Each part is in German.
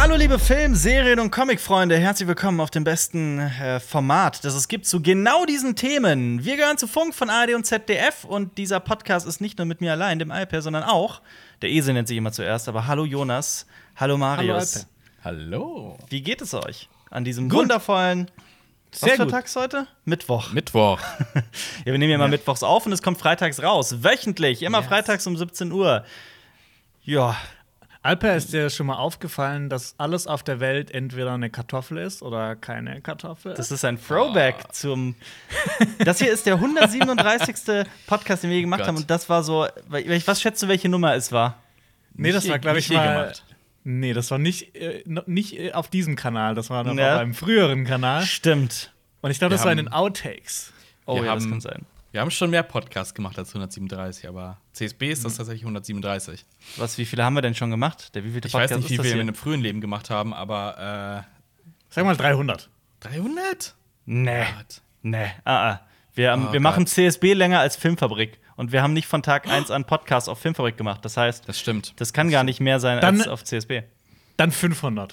Hallo liebe Film-, Serien- und Comic-Freunde, herzlich willkommen auf dem besten Format, das es gibt zu genau diesen Themen. Wir gehören zu Funk von ARD und ZDF und dieser Podcast ist nicht nur mit mir allein, dem Alper, sondern auch, der Esel nennt sich immer zuerst, aber hallo Jonas, hallo Marius. Hallo. Wie geht es euch an diesem wundervollen, Sehr was für gut. Tag ist heute? Mittwoch. Ja, wir nehmen ja mal mittwochs auf und es kommt freitags raus, wöchentlich, immer freitags um 17 Uhr. Ja. Alper, ist dir schon mal aufgefallen, dass alles auf der Welt entweder eine Kartoffel ist oder keine Kartoffel? Das ist ein Throwback zum. Das hier ist der 137. Podcast, den wir je gemacht haben. Und das war so. Was schätzt du, welche Nummer es war? Nee, das war, glaube ich, nicht je mal. gemacht. Nee, das war nicht auf diesem Kanal. Das war noch auf einem früheren Kanal. Stimmt. Und ich glaube, das Wir war in haben- den Outtakes. Oh Wir ja, das haben- kann sein. Wir haben schon mehr Podcasts gemacht als 137, aber CSB ist das tatsächlich 137. Wie viele haben wir denn schon gemacht? Der wievielte Ich weiß Podcast nicht, wie ist das viel wir hier? in einem frühen Leben gemacht haben, aber Sag mal 300. 300? Nee. Gott. Nee. Wir Gott. machen CSB länger als Filmfabrik. Und wir haben nicht von Tag 1 an Podcast auf Filmfabrik gemacht. Das heißt, Das stimmt. das kann gar nicht mehr sein Dann- als auf CSB. Dann 500.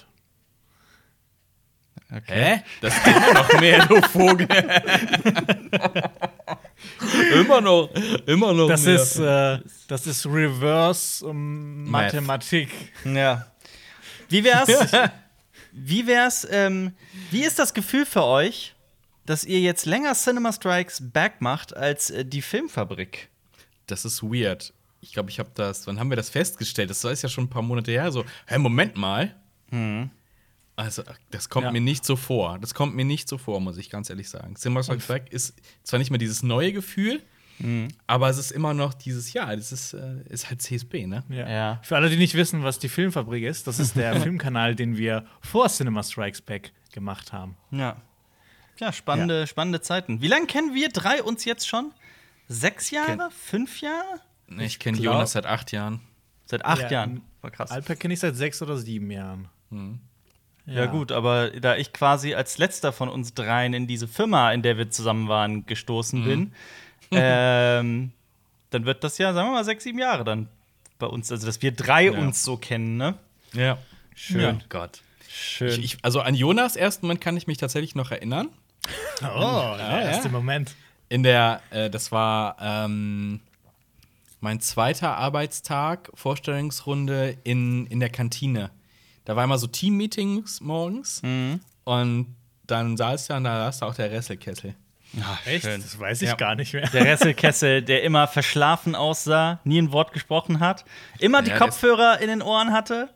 Hä? Das ist immer noch mehr, du Vogel. immer noch Das mehr. ist Reverse Mathematik. Ja. Wie ist das Gefühl für euch, dass ihr jetzt länger Cinema Strikes Back macht als die Filmfabrik? Das ist weird. Ich glaube, wann haben wir das festgestellt? Das ist ja schon ein paar Monate her. So, hä, Moment mal. Also, das kommt mir nicht so vor. Das kommt mir nicht so vor, muss ich ganz ehrlich sagen. Cinema Strikes Back ist zwar nicht mehr dieses neue Gefühl, aber es ist immer noch dieses, das ist halt CSB, ne? Ja. Für alle, die nicht wissen, was die Filmfabrik ist, das ist der Filmkanal, den wir vor Cinema Strikes Back gemacht haben. Ja. Ja, spannende Zeiten. Wie lange kennen wir drei uns jetzt schon? 6 Jahre? 5 Jahre? Ich kenne glaub- Jonas seit 8 Jahren. Seit 8 Ja, Jahren. War krass. Alper kenne ich seit 6 oder 7 Jahren. Ja, gut, aber da ich quasi als letzter von uns dreien in diese Firma, in der wir zusammen waren, gestoßen bin, dann wird das ja, sagen wir mal, 6, 7 Jahre dann bei uns. Also, dass wir drei uns so kennen, ne? Ja. Schön. Ja. Gott. Schön. Also an Jonas ersten Moment kann ich mich tatsächlich noch erinnern. Oh, der erste Moment. Das war mein zweiter Arbeitstag, Vorstellungsrunde in der Kantine. Da war immer so Team-Meetings morgens und dann saß da auch der Resselkessel. Echt? schön. Das weiß ich Ja. gar nicht mehr. Der Resselkessel, der immer verschlafen aussah, nie ein Wort gesprochen hat, immer die Ja, Kopfhörer in den Ohren hatte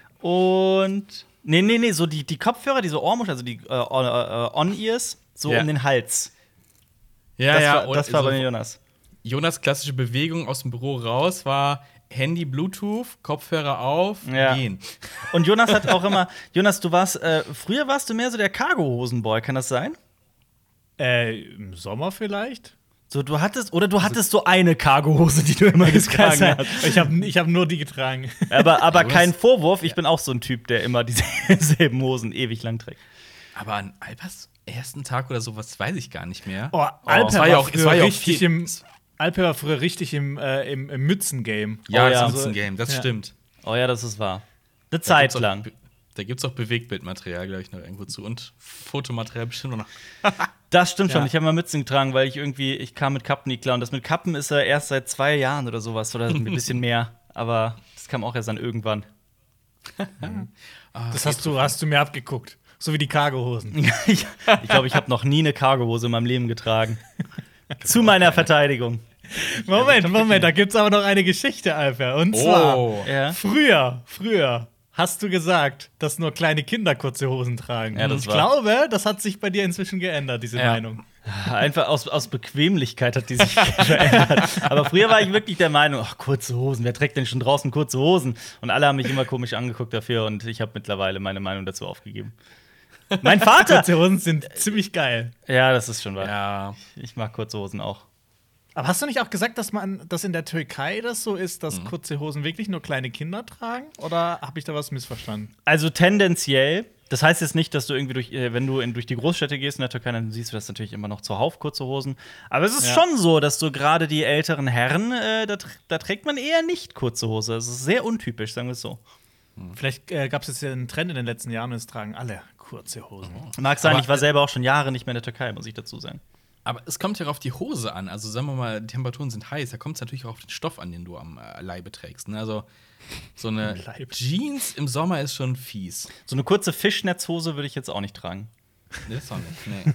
und so die Kopfhörer, diese Ohrmuscheln, also die On-Ears, so Ja. um den Hals. Ja, Das und war so bei Jonas. Jonas' klassische Bewegung aus dem Büro raus war Handy, Bluetooth, Kopfhörer auf, Ja. gehen. Und Jonas hat auch immer, Jonas, früher warst du mehr so der Cargo-Hosen-Boy, kann das sein? Im Sommer vielleicht? So, du hattest so eine Cargo-Hose, die du immer getragen hast. Ich hab nur die getragen. Aber kein Vorwurf, ich bin auch so ein Typ, der immer dieselben Hosen ewig lang trägt. Aber an Alpers ersten Tag oder sowas weiß ich gar nicht mehr. Oh, Alper es war ja auch richtig viel- Alper war früher richtig im Mützen-Game. Ja, Oh ja. das ist ein Game, das Ja. stimmt. Oh ja, das ist wahr. Eine Da Zeit gibt's auch lang. Da gibt's auch Bewegtbildmaterial, glaube ich, noch irgendwo zu. Und Fotomaterial bestimmt noch. Das stimmt schon. Ja. Ich habe mal Mützen getragen, weil ich kam mit Kappen nicht klar. Und das mit Kappen ist ja erst seit 2 Jahren oder sowas. Oder ein bisschen mehr. Aber das kam auch erst dann irgendwann. Das hast du mir abgeguckt. So wie die Cargohosen. Ich glaube, ich habe noch nie eine Cargohose in meinem Leben getragen. Zu meiner Verteidigung. Moment, da gibt's aber noch eine Geschichte, Alper. Und zwar, Ja. früher hast du gesagt, dass nur kleine Kinder kurze Hosen tragen. Ja, das Und ich war- glaube, das hat sich bei dir inzwischen geändert, diese Ja. Meinung. Einfach aus Bequemlichkeit hat die sich verändert. Aber früher war ich wirklich der Meinung, ach, kurze Hosen, wer trägt denn schon draußen kurze Hosen? Und alle haben mich immer komisch angeguckt dafür und ich habe mittlerweile meine Meinung dazu aufgegeben. Mein Vater! Kurze Hosen sind ziemlich geil. Ja, das ist schon wahr. Ja. Ich mag kurze Hosen auch. Aber hast du nicht auch gesagt, dass in der Türkei das so ist, dass kurze Hosen wirklich nur kleine Kinder tragen? Oder habe ich da was missverstanden? Also tendenziell. Das heißt jetzt nicht, dass du irgendwie wenn du durch die Großstädte gehst in der Türkei, dann siehst du das natürlich immer noch zuhauf, kurze Hosen. Aber es ist schon so, dass du gerade die älteren Herren, da trägt man eher nicht kurze Hose. Es ist sehr untypisch, sagen wir es so. Vielleicht gab es jetzt ja einen Trend in den letzten Jahren und es tragen alle kurze Hosen. Mag sein, Aber, ich war selber auch schon Jahre nicht mehr in der Türkei, muss ich dazu sagen. Aber es kommt ja auf die Hose an. Also sagen wir mal, die Temperaturen sind heiß. Da kommt es natürlich auch auf den Stoff an, den du am Leibe trägst. Ne? Also so eine Leib. Jeans im Sommer ist schon fies. So eine kurze Fischnetzhose würde ich jetzt auch nicht tragen. Das ist auch nicht. Nee.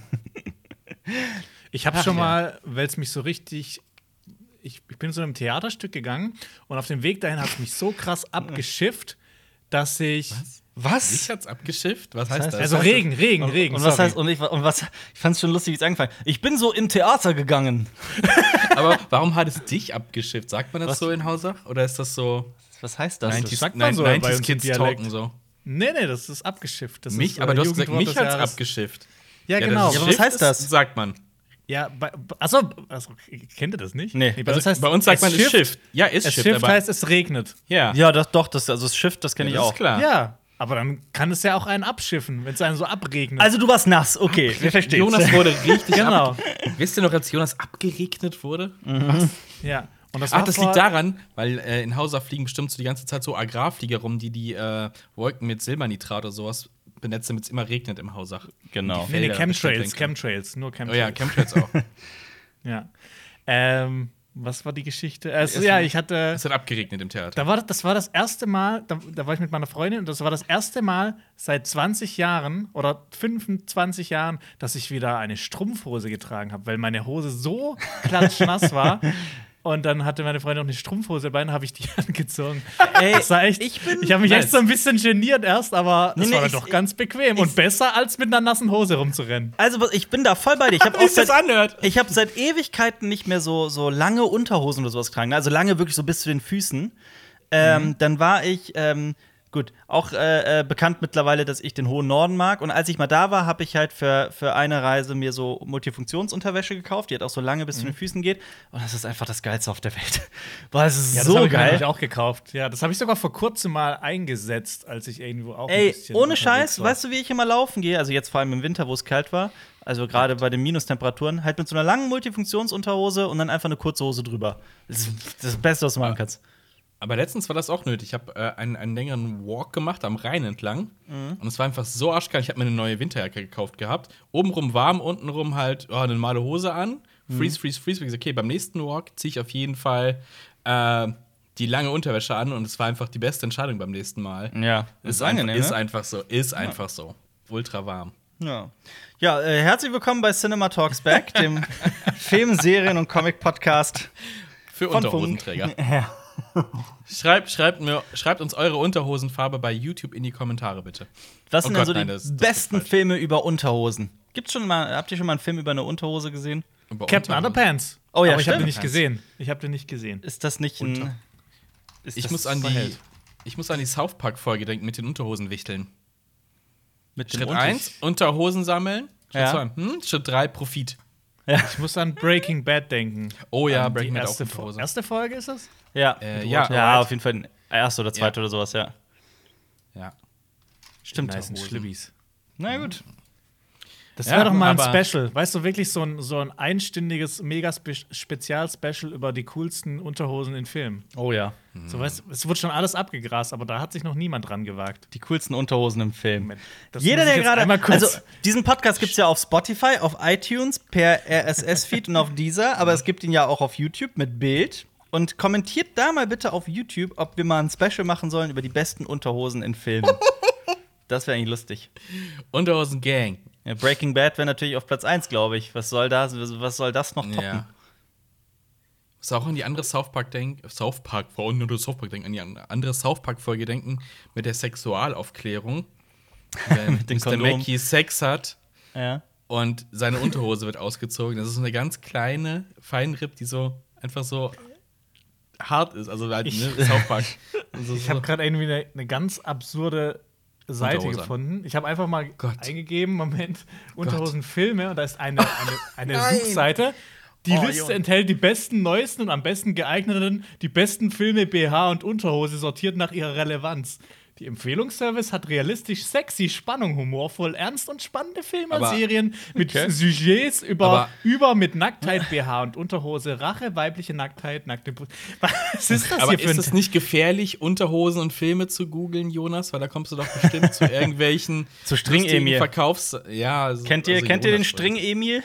Ich habe schon mal, weil es mich so richtig. Ich bin zu einem Theaterstück gegangen und auf dem Weg dahin hat es mich so krass abgeschifft, dass ich. Was? Dich hat's abgeschifft? Was heißt das? Also Regen. Und was heißt, ich fand es schon lustig, wie es angefangen hat. Ich bin so im Theater gegangen. Aber warum hat es dich abgeschifft? Sagt man das Was? so in Hausach? Oder ist das so Was heißt das? 90s, sagt man so bei uns 90s im Kids Dialekt. talken so? Nee, das ist abgeschifft. Das Mich? ist, Aber du hast gesagt, Jugendwort mich des hat's Jahres. abgeschifft. Ja, genau. Ja, aber was heißt das? Sagt man. Ja, achso, kennt ihr das nicht? Nee. bei uns, Bei uns sagt man, es Shift. Ja, ist Es Shift. Shift aber heißt, es regnet. ja, Ja, doch, also das Shift, das kenne ich das auch. ist klar. Ja, aber dann kann es ja auch einen abschiffen, wenn es einen so abregnet. Also du warst nass, okay, wir verstehen. Jonas wurde richtig Genau. Wisst ihr noch, als Jonas abgeregnet wurde? Ja. Und das Ach, das liegt daran, weil in Hausach fliegen bestimmt so die ganze Zeit so Agrarflieger rum, die Wolken mit Silbernitrat oder sowas benetzen, damit es immer regnet im Hausach. Genau. Nee, Felder bestimmt Chemtrails, nur Oh Chemtrails. ja, Chemtrails auch. Ja. Was war die Geschichte? Ja, ich hatte. Es hat abgeregnet im Theater. Das war das erste Mal, da war ich mit meiner Freundin und das war das erste Mal seit 20 Jahren oder 25 Jahren, dass ich wieder eine Strumpfhose getragen habe, weil meine Hose so klatschnass war. Und dann hatte meine Freundin noch eine Strumpfhose dabei, dann habe ich die angezogen. Ey, Das war echt, ich habe mich nice. echt so ein bisschen geniert erst, aber es Nee, war dann ich- doch ganz bequem und besser als mit einer nassen Hose rumzurennen. Also ich bin da voll bei dir. Ich habe Wie sich das anhört. Ich habe seit Ewigkeiten nicht mehr so lange Unterhosen oder sowas getragen. Also lange wirklich so bis zu den Füßen. Dann war ich, gut, auch bekannt mittlerweile, dass ich den hohen Norden mag. Und als ich mal da war, habe ich halt für eine Reise mir so Multifunktionsunterwäsche gekauft, die halt auch so lange bis zu den Füßen geht. Und das ist einfach das Geilste auf der Welt. Boah, das ist Ja, das so habe ich mir geil. nämlich auch gekauft. Ja, das habe ich sogar vor kurzem mal eingesetzt, als ich irgendwo auch ein Ey, bisschen ohne unterwegs Scheiß, war. weißt du, wie ich immer laufen gehe? Also jetzt vor allem im Winter, wo es kalt war. Also gerade bei den Minustemperaturen, halt mit so einer langen Multifunktionsunterhose und dann einfach eine kurze Hose drüber. Das ist das Beste, was du machen kannst. Aber letztens war das auch nötig. Ich habe einen längeren Walk gemacht am Rhein entlang. Und es war einfach so arschkalt. Ich habe mir eine neue Winterjacke gekauft gehabt. Obenrum warm, untenrum halt eine normale Hose an. Freeze. Ich hab gesagt, okay, beim nächsten Walk ziehe ich auf jeden Fall die lange Unterwäsche an. Und es war einfach die beste Entscheidung beim nächsten Mal. Ja, Ist einfach so. Ist einfach so. Ultra warm. Ja, herzlich willkommen bei Cinema Talks Back, dem Film-, Serien- und Comic-Podcast. Für Von Unterhosenträger. Ja. Schreibt uns eure Unterhosenfarbe bei YouTube in die Kommentare, bitte. Was Oh sind Gott, denn so nein, die das wird besten falsch. Filme über Unterhosen? Habt ihr schon mal einen Film über eine Unterhose gesehen? Über Captain Unterhosen. Underpants. Oh ja, aber ich habe den stimmt. nicht gesehen. Ich habe den nicht gesehen. Ist das nicht ein. Ist Ich das muss an verhält? die South Park-Folge denken mit den Unterhosenwichteln. Mit dem Schritt Unter- 1, Unterhosen sammeln. Schritt Ja. 2, Schritt 3, Profit. Ich muss an Breaking Bad denken. Oh ja, An die Breaking Bad auch erste, Unterhose. erste Folge ist es? Ja, Ja. ja, auf jeden Fall. Erste oder zweite oder sowas, ja. Ja. Stimmt. Nice Schlibis. Na gut. Das Ja, wäre doch mal ein aber- Special. Weißt du, wirklich so ein einstündiges, mega Spezial-Special über die coolsten Unterhosen in Filmen. Oh ja. So, weißt du, es wird schon alles abgegrast, aber da hat sich noch niemand dran gewagt. Die coolsten Unterhosen im Film. Das Jeder, muss ich der jetzt gerade. einmal kurz- Also, diesen Podcast gibt es ja auf Spotify, auf iTunes, per RSS-Feed und auf Deezer, aber es gibt ihn ja auch auf YouTube mit Bild. Und kommentiert da mal bitte auf YouTube, ob wir mal ein Special machen sollen über die besten Unterhosen in Filmen. Das wäre eigentlich lustig. Unterhosen-Gang. Ja, Breaking Bad wäre natürlich auf Platz 1, glaube ich. Was soll das noch toppen? Ja. Muss auch an die andere South Park denken, an die andere South Park-Folge denken mit der Sexualaufklärung. Wenn den Mr. Kondom. Mackey Sex hat Ja. und seine Unterhose wird ausgezogen. Das ist so eine ganz kleine Feinripp, die so einfach so hart ist. Also halt, South Park. Also Ich habe gerade irgendwie eine ganz absurde Seite Unterhose. gefunden. Ich habe einfach mal Gott. eingegeben, Unterhosenfilme, und da ist eine Nein. Suchseite. Die Oh, Liste Junge. enthält die besten, neuesten und am besten geeigneten, die besten Filme, BH und Unterhose, sortiert nach ihrer Relevanz. Die Empfehlungsservice hat realistisch, sexy, Spannung, humorvoll, ernst und spannende Filme und Aber- Serien mit Okay. Sujets Aber- über mit Nacktheit, BH und Unterhose, Rache, weibliche Nacktheit, nackte Brust. Was ist das Aber hier für ist es nicht gefährlich, Unterhosen und Filme zu googeln, Jonas? Weil da kommst du doch bestimmt zu irgendwelchen Zu String-Emil. lustigen Verkaufs... Ja, so, Kennt ihr also den Jonas- String-Emil?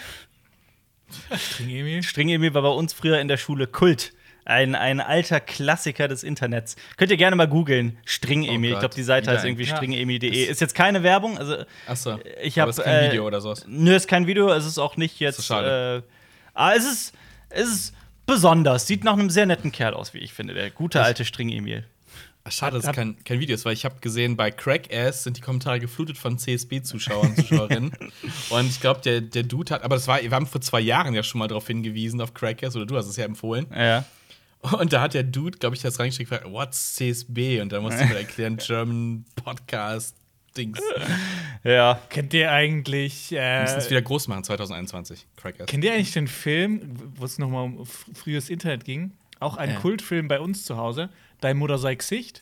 Emil? String-Emil war bei uns früher in der Schule Kult. Ein alter Klassiker des Internets. Könnt ihr gerne mal googeln. String-Emil. Oh Ich Gott, glaube, die Seite wieder heißt irgendwie Ja. stringemil.de. Ist jetzt keine Werbung. Also, Achso, ich aber habe ist kein Video oder sowas. Nö, ist kein Video. Es ist auch nicht jetzt. So schade. Aber es ist besonders. Sieht nach einem sehr netten Kerl aus, wie ich finde. Der gute alte String-Emil. Schade, dass es kein Video ist, weil ich habe gesehen, bei Crackass sind die Kommentare geflutet von CSB-Zuschauern, Zuschauerinnen. Und ich glaube, der Dude hat, aber wir haben vor 2 Jahren ja schon mal darauf hingewiesen, auf Crackass, oder du hast es ja empfohlen. Ja. Und da hat der Dude, glaube ich, das reingeschickt, gefragt, what's CSB? Und da musste ich mir erklären, German Podcast Dings. Ja. Kennt ihr eigentlich Wir müssen es wieder groß machen, 2021, Crackass. Kennt ihr eigentlich den Film, wo es nochmal um frühes Internet ging? Auch ein Kultfilm bei uns zu Hause. Dein Mutter sei Gesicht?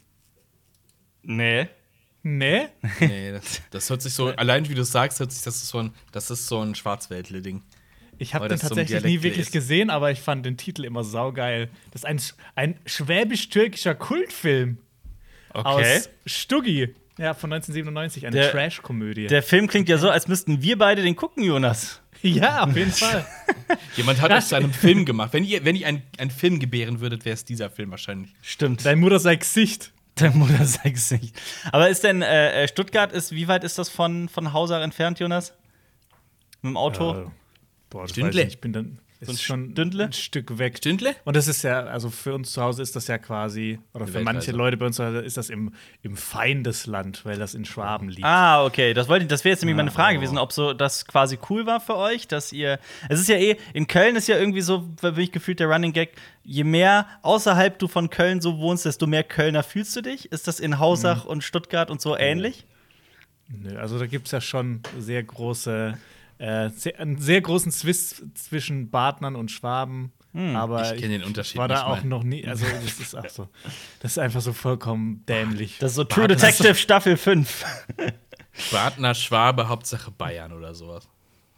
Nee. Nee? Nee, das hört sich so, allein wie du es sagst, hört sich das ist so ein Schwarzwäldle-Ding. Ich habe Aber den das zum tatsächlich nie Dialekt wirklich ist. gesehen, aber ich fand den Titel immer saugeil. Das ist ein schwäbisch-türkischer Kultfilm Okay. aus Stuggi. Ja, von 1997, eine Der- Trash-Komödie. Der Film klingt ja so, als müssten wir beide den gucken, Jonas. Ja, auf jeden Fall. Jemand hat aus seinem Film gemacht. Wenn ihr einen Film gebären würdet, wäre es dieser Film wahrscheinlich. Stimmt. Dein Mutter sei Gesicht. Der Mutter sei Gesicht. Aber ist denn Stuttgart wie weit ist das von Hausach entfernt, Jonas? Mit dem Auto? Boah, das Stündle. weiß ich nicht. Ich bin dann So ein ist schon Stündle? ein Stück weg. Stündle? Und das ist ja, also für uns zu Hause ist das ja quasi, oder für manche Weltreise. Leute bei uns zu Hause ist das im Feindesland, weil das in Schwaben liegt. Ah, okay. Das wäre jetzt nämlich meine Frage gewesen, ob so das quasi cool war für euch, dass ihr. Es ist ja in Köln ist ja irgendwie so, bin ich gefühlt der Running Gag, je mehr außerhalb du von Köln so wohnst, desto mehr Kölner fühlst du dich. Ist das in Hausach und Stuttgart und so ähnlich? Nö, also da gibt es ja schon sehr große, einen sehr großen Zwist zwischen Badnern und Schwaben. Aber Ich kenne den Unterschied war da nicht auch mal. noch nie. Also das ist auch so. Das ist einfach so vollkommen dämlich. Das ist so True Detective Staffel 5. Badner, Schwabe, Hauptsache Bayern oder sowas.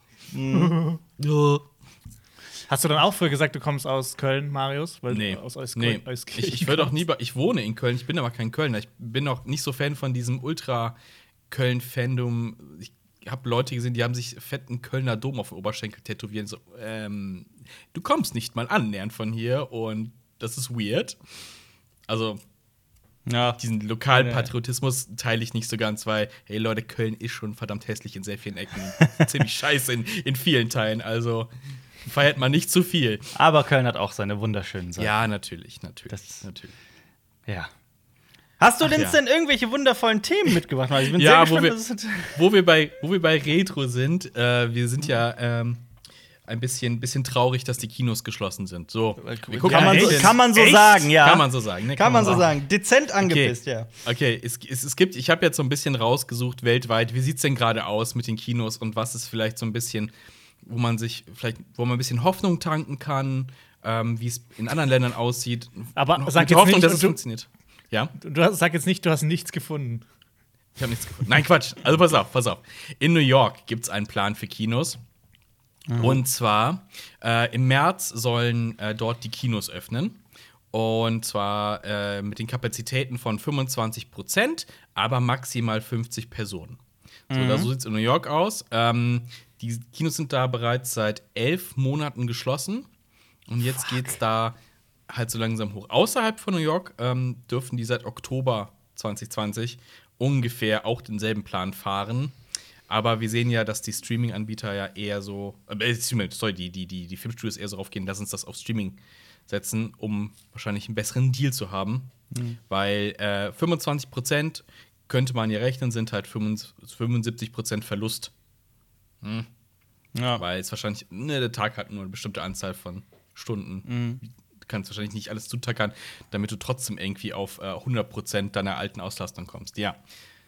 Hast du dann auch früher gesagt, du kommst aus Köln, Marius? Weil Nee. du aus Nee. Euskirchen Ich würde auch kommst? nie, ich wohne in Köln, ich bin aber kein Kölner. Ich bin auch nicht so Fan von diesem Ultra-Köln-Fandom. Ich habe Leute gesehen, die haben sich fetten Kölner Dom auf den Oberschenkel tätowieren. So, du kommst nicht mal annähernd von hier und das ist weird. Also, Ja. diesen Lokalpatriotismus teile ich nicht so ganz, weil, hey Leute, Köln ist schon verdammt hässlich in sehr vielen Ecken. Ziemlich scheiße in vielen Teilen. Also, feiert man nicht zu viel. Aber Köln hat auch seine wunderschönen Seiten. Ja, natürlich. Das- natürlich. Ja. Hast du Ach denn ja. denn irgendwelche wundervollen Themen mitgebracht? Ich bin Ja, sehr wo gespannt. wir- Wo wir bei Retro sind, wir sind ja ein bisschen traurig, dass die Kinos geschlossen sind. So, wir gucken kann, ein man so, bisschen- kann man so Echt? sagen, ja. Kann man so sagen, ne? Kann man so sagen. Dezent angepisst, ja. Okay, es gibt, ich habe jetzt so ein bisschen rausgesucht weltweit, wie sieht's denn gerade aus mit den Kinos und was ist vielleicht so ein bisschen, wo man ein bisschen Hoffnung tanken kann, wie es in anderen Ländern aussieht. Aber Mit sag der jetzt Hoffnung, nicht, dass es du- funktioniert. Ja? Sag jetzt nicht, du hast nichts gefunden. Ich habe nichts gefunden. Nein, Quatsch. Also pass auf. In New York gibt es einen Plan für Kinos. Und zwar im März sollen dort die Kinos öffnen. Und zwar mit den Kapazitäten von 25%, aber maximal 50 Personen. So sieht es in New York aus. Die Kinos sind da bereits seit 11 Monaten geschlossen. Und jetzt geht's da halt so langsam hoch. Außerhalb von New York dürfen die seit Oktober 2020 ungefähr auch denselben Plan fahren. Aber wir sehen ja, dass die Streaming-Anbieter ja eher so, die Filmstudios eher so raufgehen, lass uns das auf Streaming setzen, um wahrscheinlich einen besseren Deal zu haben. Weil 25% könnte man ja rechnen, sind halt 75% Verlust. Ja. Weil es wahrscheinlich, der Tag hat nur eine bestimmte Anzahl von Stunden. Du kannst wahrscheinlich nicht alles zutackern, damit du trotzdem irgendwie auf 100% deiner alten Auslastung kommst. Ja.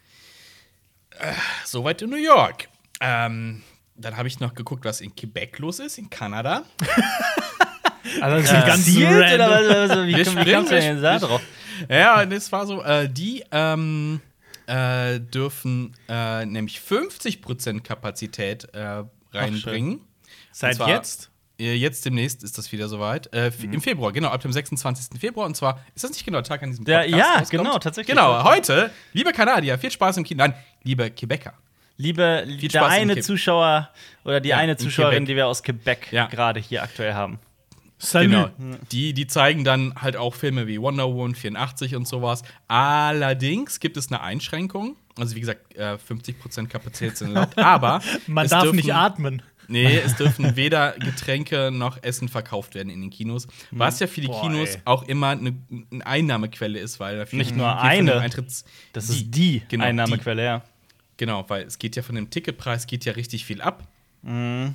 Soweit in New York. Dann habe ich noch geguckt, was in Quebec los ist, in Kanada. Also das ist ganz Sealed, random. oder wie Wir kamst du denn da drauf? Ja, das war so, die dürfen nämlich 50% Kapazität reinbringen. Seit Und zwar, jetzt? Jetzt demnächst ist das wieder soweit. Im Februar, genau, ab dem 26. Februar. Und zwar, ist das nicht genau der Tag an diesem Podcast? Ja, rauskommt? genau, tatsächlich. Genau, heute, liebe Kanadier, viel Spaß im Kino. Nein, liebe Quebecer. Der Spaß eine in Zuschauer oder die Ja, eine in Zuschauerin, Quebec. die wir aus Quebec Ja. gerade hier aktuell haben. Salut. Genau. Die zeigen dann halt auch Filme wie Wonder Woman 84 und sowas. Allerdings gibt es eine Einschränkung. Also, wie gesagt, 50% Kapazität sind erlaubt. Aber Man es darf dürfen- nicht atmen. Nee, es dürfen weder Getränke noch Essen verkauft werden in den Kinos. Was ja für die Boah, Kinos ey. auch immer eine Einnahmequelle ist, weil da viel- Nicht nur viel von eine. dem Eintritts- Das ist die Genau, Einnahmequelle, ja. Genau, weil es geht ja von dem Ticketpreis geht ja richtig viel ab. Mhm.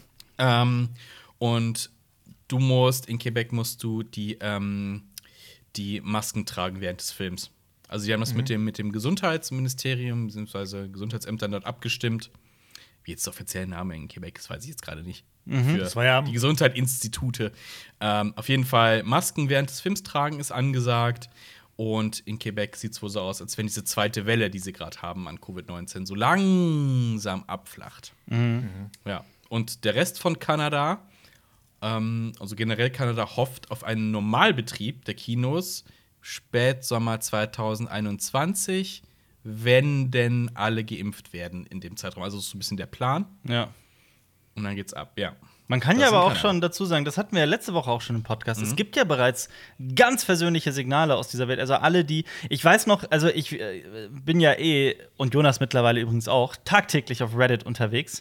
Und du musst in Quebec die Masken tragen während des Films. Also die haben das mit dem Gesundheitsministerium bzw. Gesundheitsämtern dort abgestimmt. Wie jetzt der offizielle Name in Quebec ist, weiß ich jetzt gerade nicht. Für Das war ja- die Gesundheitsinstitute. Auf jeden Fall Masken während des Films tragen ist angesagt. Und in Quebec sieht es wohl so aus, als wenn diese zweite Welle, die sie gerade haben an Covid-19, so langsam abflacht. Ja. Und der Rest von Kanada, also generell Kanada, hofft auf einen Normalbetrieb der Kinos Spätsommer 2021, wenn denn alle geimpft werden in dem Zeitraum. Also das ist so ein bisschen der Plan. Ja. Und dann geht's ab, ja. Man kann Das ja in aber auch Kanada. schon dazu sagen, das hatten wir ja letzte Woche auch schon im Podcast. Es gibt ja bereits ganz persönliche Signale aus dieser Welt. Also alle, die, ich weiß noch, also ich bin ja und Jonas mittlerweile übrigens auch, tagtäglich auf Reddit unterwegs.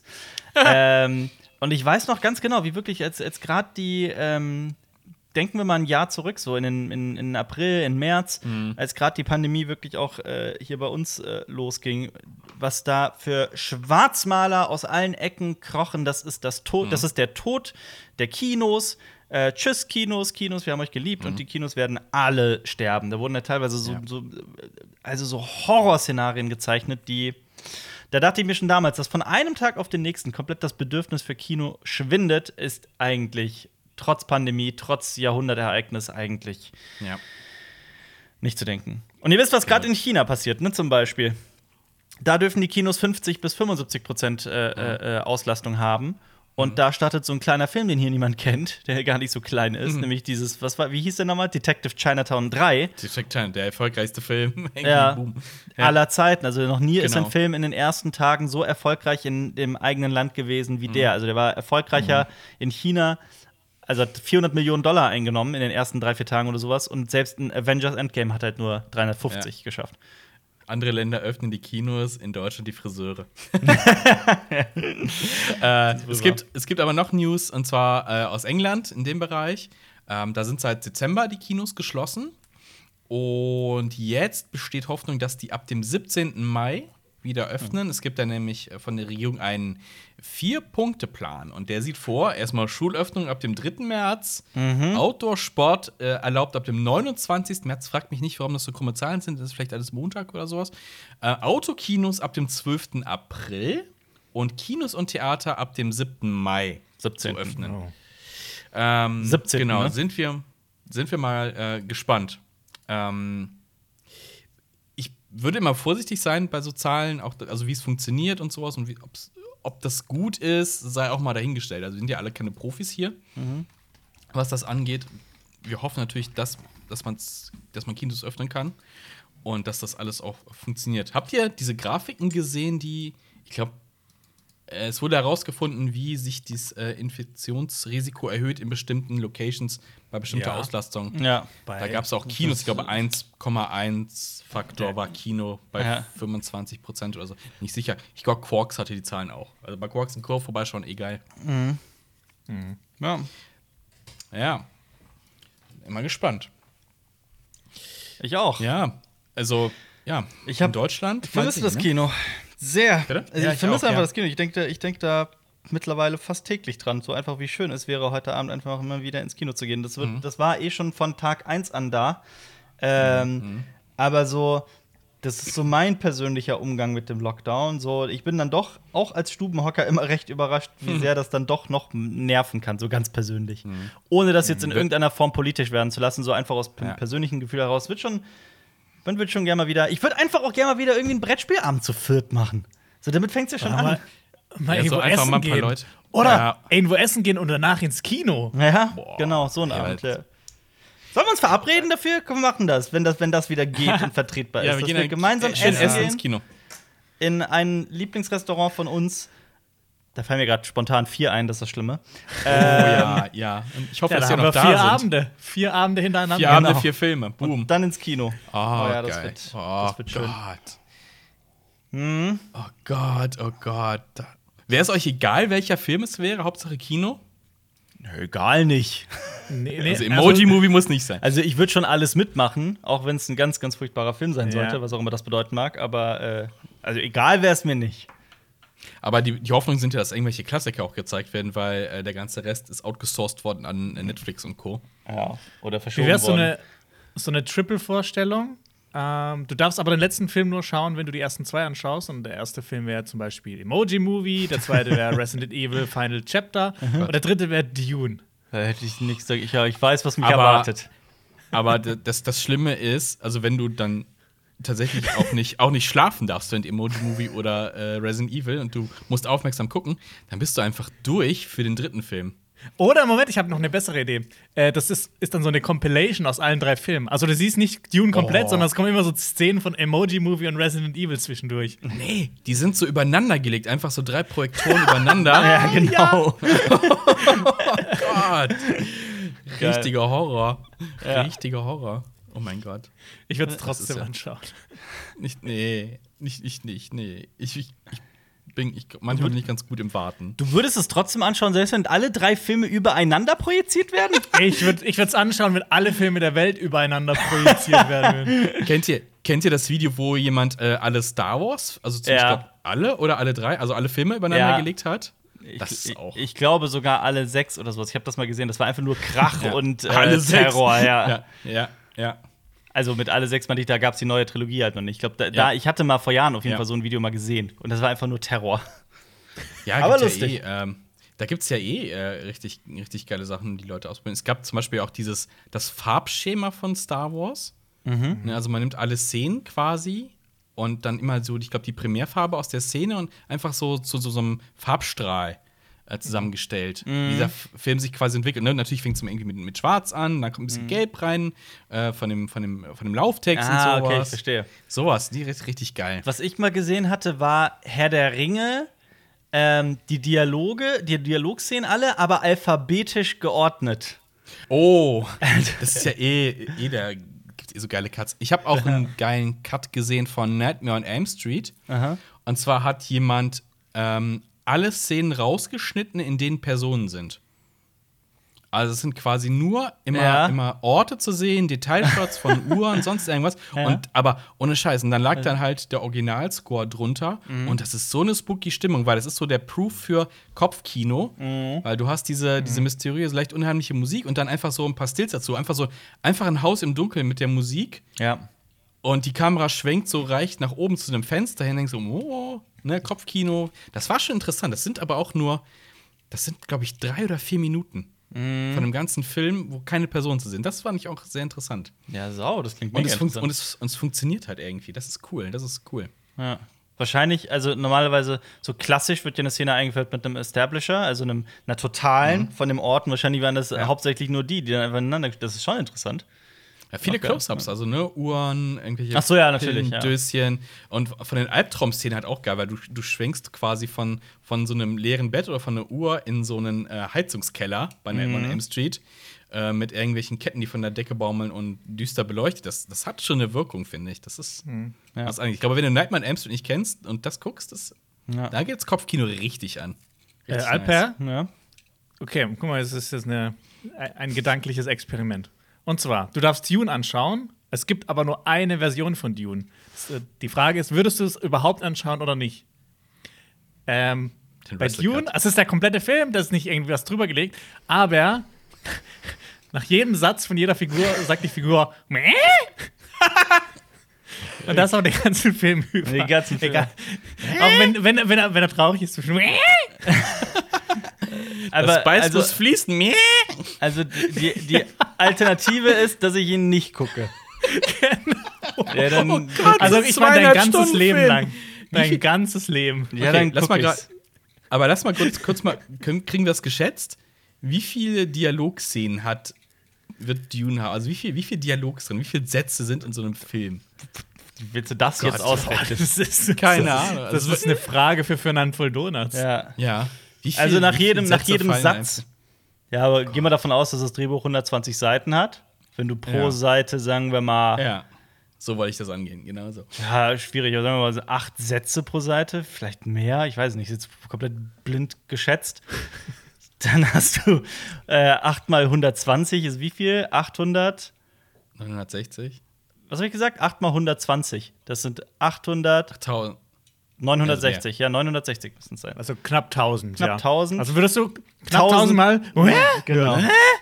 Und ich weiß noch ganz genau, wie wirklich, als gerade die, denken wir mal ein Jahr zurück, so in April, in März, als gerade die Pandemie wirklich auch hier bei uns losging, was da für Schwarzmaler aus allen Ecken krochen, das ist das der Tod der Kinos. Tschüss, Kinos, wir haben euch geliebt und die Kinos werden alle sterben. Da wurden ja teilweise so Horrorszenarien gezeichnet, da dachte ich mir schon damals, dass von einem Tag auf den nächsten komplett das Bedürfnis für Kino schwindet, ist eigentlich trotz Pandemie, trotz Jahrhundertereignis eigentlich Ja. nicht zu denken. Und ihr wisst, was gerade in China passiert, ne, zum Beispiel. Da dürfen die Kinos 50 bis 75% Auslastung haben. Und da startet so ein kleiner Film, den hier niemand kennt, der gar nicht so klein ist, nämlich dieses, wie hieß der nochmal? Detective Chinatown 3. Der erfolgreichste Film Ja, Boom. aller Zeiten. Also noch nie ist Genau. ein Film in den ersten Tagen so erfolgreich in dem eigenen Land gewesen wie der. Also der war erfolgreicher in China, also hat $400 Millionen eingenommen in den ersten 3-4 Tagen oder sowas. Und selbst ein Avengers Endgame hat halt nur 350 geschafft. Andere Länder öffnen die Kinos, in Deutschland die Friseure. Es gibt aber noch News, und zwar aus England in dem Bereich. Da sind seit Dezember die Kinos geschlossen. Und jetzt besteht Hoffnung, dass die ab dem 17. Mai wieder öffnen. Es gibt da nämlich von der Regierung einen 4-Punkte-Plan. Und der sieht vor, erstmal Schulöffnung ab dem 3. März, Outdoor-Sport erlaubt ab dem 29. März. Fragt mich nicht, warum das so krumme Zahlen sind. Das ist vielleicht alles Montag oder sowas. Autokinos ab dem 12. April und Kinos und Theater ab dem 7. Mai 17. zu öffnen. Oh. 17, Genau, ne? sind wir mal gespannt. Ich würde immer vorsichtig sein bei so Zahlen, auch, also wie es funktioniert und sowas und ob das gut ist, sei auch mal dahingestellt. Also wir sind ja alle keine Profis hier, was das angeht. Wir hoffen natürlich, dass man Kinos öffnen kann und dass das alles auch funktioniert. Habt ihr diese Grafiken gesehen, ich glaube, es wurde herausgefunden, wie sich das Infektionsrisiko erhöht in bestimmten Locations bei bestimmter Ja. Auslastung. Ja. Da gab es auch Kinos, ich glaube 1,1 Faktor war Kino bei Ja. 25% oder so. Nicht sicher. Ich glaube, Quarks hatte die Zahlen auch. Also bei Quarks und Co. vorbeischauen, egal. Ja. Ja. Immer gespannt. Ich auch. Ja. Also, ja. Ich hab- in Deutschland. Ich vermisse weiß das ich, ne? Kino. Sehr. Bitte? Also Ja, ich ich vermisse auch, einfach ja. das Kino. Ich denke da mittlerweile fast täglich dran. So einfach wie schön es wäre, heute Abend einfach immer wieder ins Kino zu gehen. Das war schon von Tag 1 an da. Aber so, das ist so mein persönlicher Umgang mit dem Lockdown. So, ich bin dann doch auch als Stubenhocker immer recht überrascht, wie sehr das dann doch noch nerven kann, so ganz persönlich. Ohne das jetzt in irgendeiner Form politisch werden zu lassen, so einfach aus Ja. persönlichen Gefühl heraus. Wird schon Man wird schon gerne mal wieder. Ich würde einfach auch gerne mal wieder irgendwie ein Brettspielabend zu viert machen. So, damit fängt es ja schon an. Mal Ja, so irgendwo einfach essen mal ein paar gehen. Leute. Oder Ja. irgendwo essen gehen und danach ins Kino. Ja, Boah. genau, so ein Ja, Abend. halt. Ja. Sollen wir uns verabreden dafür? Komm, wir machen das, wenn das wieder geht und vertretbar ist. Ja, wir dass gehen wir gemeinsam schön essen ins gehen Kino. in ein Lieblingsrestaurant von uns. Da fallen mir gerade spontan 4 ein, das ist das Schlimme. Oh ja. Und ich hoffe, Ja, dass da ihr haben noch wir da 4 sind. Abende. 4 Abende hintereinander. 4 Abende, Genau. 4 Filme. Boom. Dann ins Kino. Oh, ja, das geil. wird, Oh das wird schön. Gott. Oh Gott. Wäre es euch egal, welcher Film es wäre? Hauptsache Kino? Egal nicht. Nee, Also Emoji-Movie muss nicht sein. Also ich würde schon alles mitmachen, auch wenn es ein ganz, ganz furchtbarer Film sein sollte, Ja. was auch immer das bedeuten mag. Aber also egal wäre es mir nicht. Aber die Hoffnungen sind ja, dass irgendwelche Klassiker auch gezeigt werden, weil der ganze Rest ist outgesourced worden an Netflix und Co. Ja. Oder Wie verschoben wär's worden. so eine Triple-Vorstellung? Du darfst aber den letzten Film nur schauen, wenn du die ersten 2 anschaust. Und der erste Film wäre zum Beispiel Emoji Movie, der zweite wäre Resident Evil Final Chapter und der dritte wäre Dune. Da hätte ich nichts gesagt. Ich weiß, was mich Aber- erwartet. Aber das Schlimme ist, also wenn du dann tatsächlich auch nicht schlafen darfst während Emoji-Movie oder Resident Evil und du musst aufmerksam gucken, dann bist du einfach durch für den dritten Film. Oder, Moment, ich habe noch eine bessere Idee. Das ist dann so eine Compilation aus allen 3 Filmen. Also du siehst nicht Dune komplett, Oh. sondern es kommen immer so Szenen von Emoji Movie und Resident Evil zwischendurch. Nee, die sind so übereinander gelegt, einfach so 3 Projektoren übereinander. Ja, genau. Gott. Geil. Richtiger Horror. Ja. Richtiger Horror. Oh mein Gott. Ich würde es Das ist trotzdem ja- anschauen. Nee. Manchmal bin ich ganz gut im Warten. Du würdest es trotzdem anschauen, selbst wenn alle 3 Filme übereinander projiziert werden? Ich würde es anschauen, wenn alle Filme der Welt übereinander projiziert werden würden. Kennt ihr das Video, wo jemand alle Star Wars, also ich glaub, alle oder alle 3, also alle Filme übereinander Ja. gelegt hat? Das ist auch. Ich glaube sogar alle 6 oder sowas. Ich habe das mal gesehen. Das war einfach nur Krach Ja. und Alle 6. Terror. Ja. Ja. Also mit alle 6 meinte ich, da gab es die neue Trilogie halt noch nicht. Ich glaube, ich hatte mal vor Jahren auf jeden Ja. Fall so ein Video mal gesehen. Und das war einfach nur Terror. Ja, Aber gibt's lustig. Ja da gibt es ja richtig geile Sachen, die Leute ausprobieren. Es gab zum Beispiel auch das Farbschema von Star Wars. Ne, also man nimmt alle Szenen quasi und dann immer so, ich glaube, die Primärfarbe aus der Szene und einfach so zu so einem Farbstrahl zusammengestellt, wie dieser Film sich quasi entwickelt. Ne? Natürlich fängt es irgendwie mit Schwarz an, dann kommt ein bisschen Gelb rein, von dem Lauftext und sowas. Okay, ich verstehe. Sowas, die ist richtig geil. Was ich mal gesehen hatte, war Herr der Ringe, die Dialogszenen alle, aber alphabetisch geordnet. Oh, das ist ja der gibt so geile Cuts. Ich habe auch einen geilen Cut gesehen von Nightmare on Elm Street. Aha. Und zwar hat jemand alle Szenen rausgeschnitten, in denen Personen sind. Also es sind quasi nur immer Orte zu sehen, Detailshots von Uhren, sonst irgendwas. Ja. Aber ohne Scheiß. Und dann lag dann halt der Originalscore drunter. Und das ist so eine spooky Stimmung, weil das ist so der Proof für Kopfkino. Weil du hast diese mysteriöse, leicht unheimliche Musik und dann einfach so ein paar Stills dazu. Einfach ein Haus im Dunkeln mit der Musik. Ja. Und die Kamera schwenkt so reicht nach oben zu einem Fenster hin, denkst so, oh, ne, Kopfkino. Das war schon interessant. Das sind, glaube ich, 3 oder 4 Minuten von einem ganzen Film, wo keine Personen zu sehen. Das fand ich auch sehr interessant. Ja, das klingt Und mega und interessant. es funktioniert halt irgendwie. Das ist cool. Ja. Wahrscheinlich, also normalerweise so klassisch wird ja eine Szene eingeführt mit einem Establisher, also einer totalen von dem Orten. Wahrscheinlich waren das hauptsächlich nur die dann einfach ineinander. Das ist schon interessant. Ja, viele Auch geil, Close-Ups, also ne, Uhren, irgendwelche Ach so, ja, natürlich, Pillen, Döschen. Und von den Albtraum-Szenen halt auch geil, weil du schwenkst quasi von so einem leeren Bett oder von einer Uhr in so einen Heizungskeller bei Nightmare on Elm Street mit irgendwelchen Ketten, die von der Decke baumeln und düster beleuchtet. Das hat schon eine Wirkung, finde ich. Das ist was eigentlich. Ich glaube, wenn du Nightmare on Elm Street nicht kennst und das guckst, da geht's Kopfkino richtig an. Richtig Alper? Ja. Okay, guck mal, es ist jetzt ein gedankliches Experiment. Und zwar, du darfst Dune anschauen, es gibt aber nur eine Version von Dune. Die Frage ist, würdest du es überhaupt anschauen oder nicht? Bei Dune, es ist der komplette Film, da ist nicht irgendwie was drüber gelegt, aber nach jedem Satz von jeder Figur sagt die Figur Mäh? Und das auch den ganzen Film über. Den ganzen Film. Egal. Auch wenn er traurig ist, zwischen Das Beißfluss fließt. Also die Alternative ist, dass ich ihn nicht gucke. Ja, dann, Oh Gott, Also ich meine dein 2,5 ganzes Stunden Leben Film. lang. Dein ganzes Leben. ja, Okay, dann lass guck mal ich's. lass mal kurz mal, kriegen wir das geschätzt? Wie viele Dialogszenen wird Dune haben? Also wie viel Dialog ist drin? Wie viele Sätze sind in so einem Film? Willst du das jetzt ausrechnen? Keine Ahnung. Das Also, ist eine Frage für Fernand Full Donuts. Ja. ja. Also nach wie jedem, viele nach jedem fallen Satz. Ja, aber geh mal davon aus, dass das Drehbuch 120 Seiten hat. Wenn du pro Ja. Seite, sagen wir mal, Ja, so wollte ich das angehen, genau so. ja, schwierig, aber sagen wir mal so 8 Sätze pro Seite, vielleicht mehr, ich weiß nicht, ist jetzt komplett blind geschätzt. Dann hast du 8 mal 120 ist wie viel? 800. 960? Was habe ich gesagt? 8 mal 120. Das sind 800. 1000. 960. Ja, 960 müssen es sein. Also knapp 1000. Knapp ja. 1000. Also würdest du knapp 1000 1000 Mal. Genau.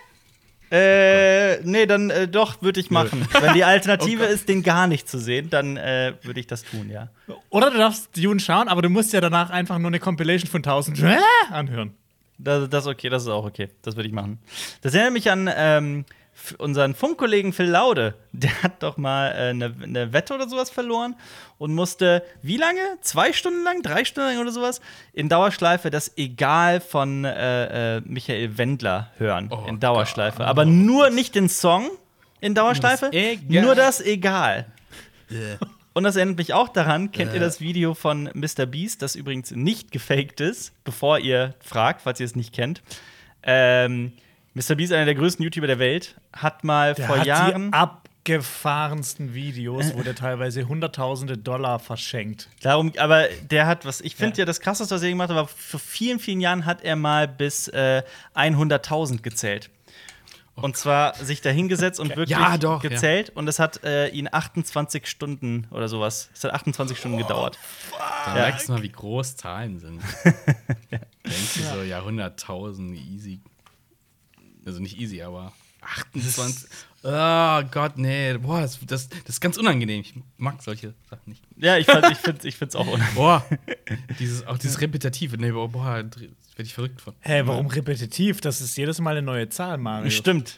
Nee, dann doch, würde ich machen. Wenn die Alternative ist, den gar nicht zu sehen, dann würde ich das tun, ja. Oder du darfst Dune schauen, aber du musst ja danach einfach nur eine Compilation von 1000 anhören. Das ist okay, das ist auch okay. Das würde ich machen. Das erinnert mich an unseren Funkkollegen Phil Laude. Der hat doch mal eine Wette oder sowas verloren und musste, wie lange? 2 Stunden lang? 3 Stunden lang oder sowas? In Dauerschleife das Egal von Michael Wendler hören. Oh in Dauerschleife. Aber nur nicht den Song in Dauerschleife, Das Egal. nur das Egal. Und das erinnert mich auch daran, kennt ihr das Video von Mr. Beast, das übrigens nicht gefaked ist, bevor ihr fragt, falls ihr es nicht kennt. Mr. Beast, einer der größten YouTuber der Welt, hat mal Der vor hat Jahren. die abgefahrensten Videos, wo der teilweise Hunderttausende Dollar verschenkt. Darum, aber der hat, was ich finde ja das krasseste, was er gemacht hat, war vor vielen, vielen Jahren hat er mal bis 100.000 gezählt. Und zwar sich da hingesetzt und wirklich Ja, doch, gezählt. Und es hat ihn 28 Stunden oder sowas. Es hat 28 Stunden gedauert. Da Ja. merkst du mal, wie groß Zahlen sind. Denkst du so, ja, 100.000, easy. Also nicht easy, aber 28. Oh Gott, nee. Boah, das ist ganz unangenehm. Ich mag solche Sachen nicht. Ja, ich find's auch unangenehm. Boah, dieses Repetitive. Nee, boah, da werde ich verrückt von. Hä, warum repetitiv? Das ist jedes Mal eine neue Zahl, Mario. Stimmt.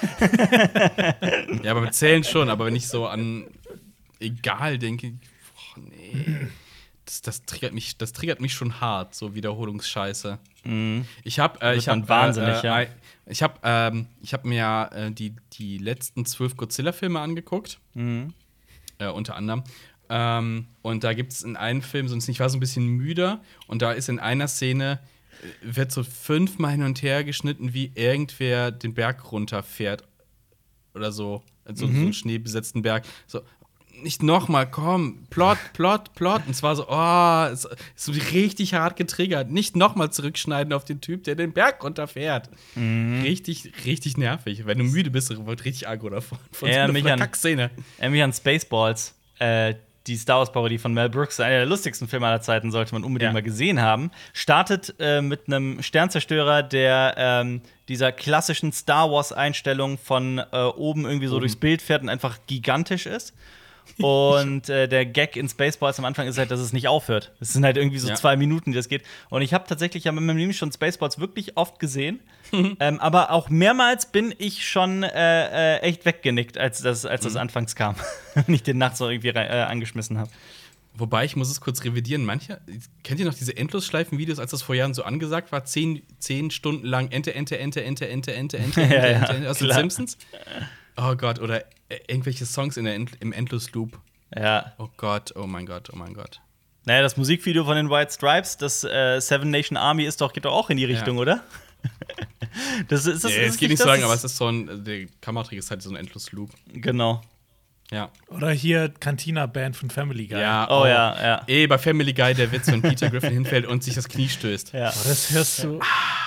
Ja, aber wir zählen schon, aber wenn ich so an egal denke, boah, nee. Das triggert mich schon hart, so Wiederholungsscheiße. Ich habe man wahnsinnig, ja. Ich hab mir die letzten 12 Godzilla-Filme angeguckt. Unter anderem. Und da gibt es in einem Film, sonst ich war so ein bisschen müder, und da ist in einer Szene, wird so 5-mal hin und her geschnitten, wie irgendwer den Berg runterfährt. Oder so. So einen schneebesetzten Berg. So, nicht nochmal, komm, Plot. Und zwar so, ist so richtig hart getriggert. Nicht nochmal zurückschneiden auf den Typ, der den Berg runterfährt. Richtig nervig. Wenn du müde bist, wird richtig aggro davon. Von so einer Kackszene. Mich an Spaceballs, die Star Wars-Parodie von Mel Brooks, einer der lustigsten Filme aller Zeiten, sollte man unbedingt mal gesehen haben. Startet mit einem Sternzerstörer, der dieser klassischen Star Wars-Einstellung von oben irgendwie so durchs Bild fährt und einfach gigantisch ist. Und der Gag in Spaceballs am Anfang ist halt, dass es nicht aufhört. Es sind halt irgendwie so 2 Minuten, die das geht. Und ich habe tatsächlich in meinem Leben schon Spaceballs wirklich oft gesehen. Aber auch mehrmals bin ich schon echt weggenickt, als das anfangs kam. Wenn ich den nachts so irgendwie angeschmissen habe. Wobei, ich muss es kurz revidieren. Kennt ihr noch diese Endlosschleifen-Videos, als das vor Jahren so angesagt war? 10 Stunden lang Ente aus den Simpsons? Oh Gott, oder irgendwelche Songs im Endlosloop. Ja. Oh Gott, oh mein Gott. Naja, das Musikvideo von den White Stripes, das Seven Nation Army geht doch auch in die Richtung, oder? Es geht nicht so lange, aber es ist so der Kameratrick ist halt so ein Endlosloop. Genau. Ja. Oder hier Cantina-Band von Family Guy. Ja, ja. Bei Family Guy der Witz, wenn Peter Griffin hinfällt und sich das Knie stößt. Ja. Oh, das hörst du.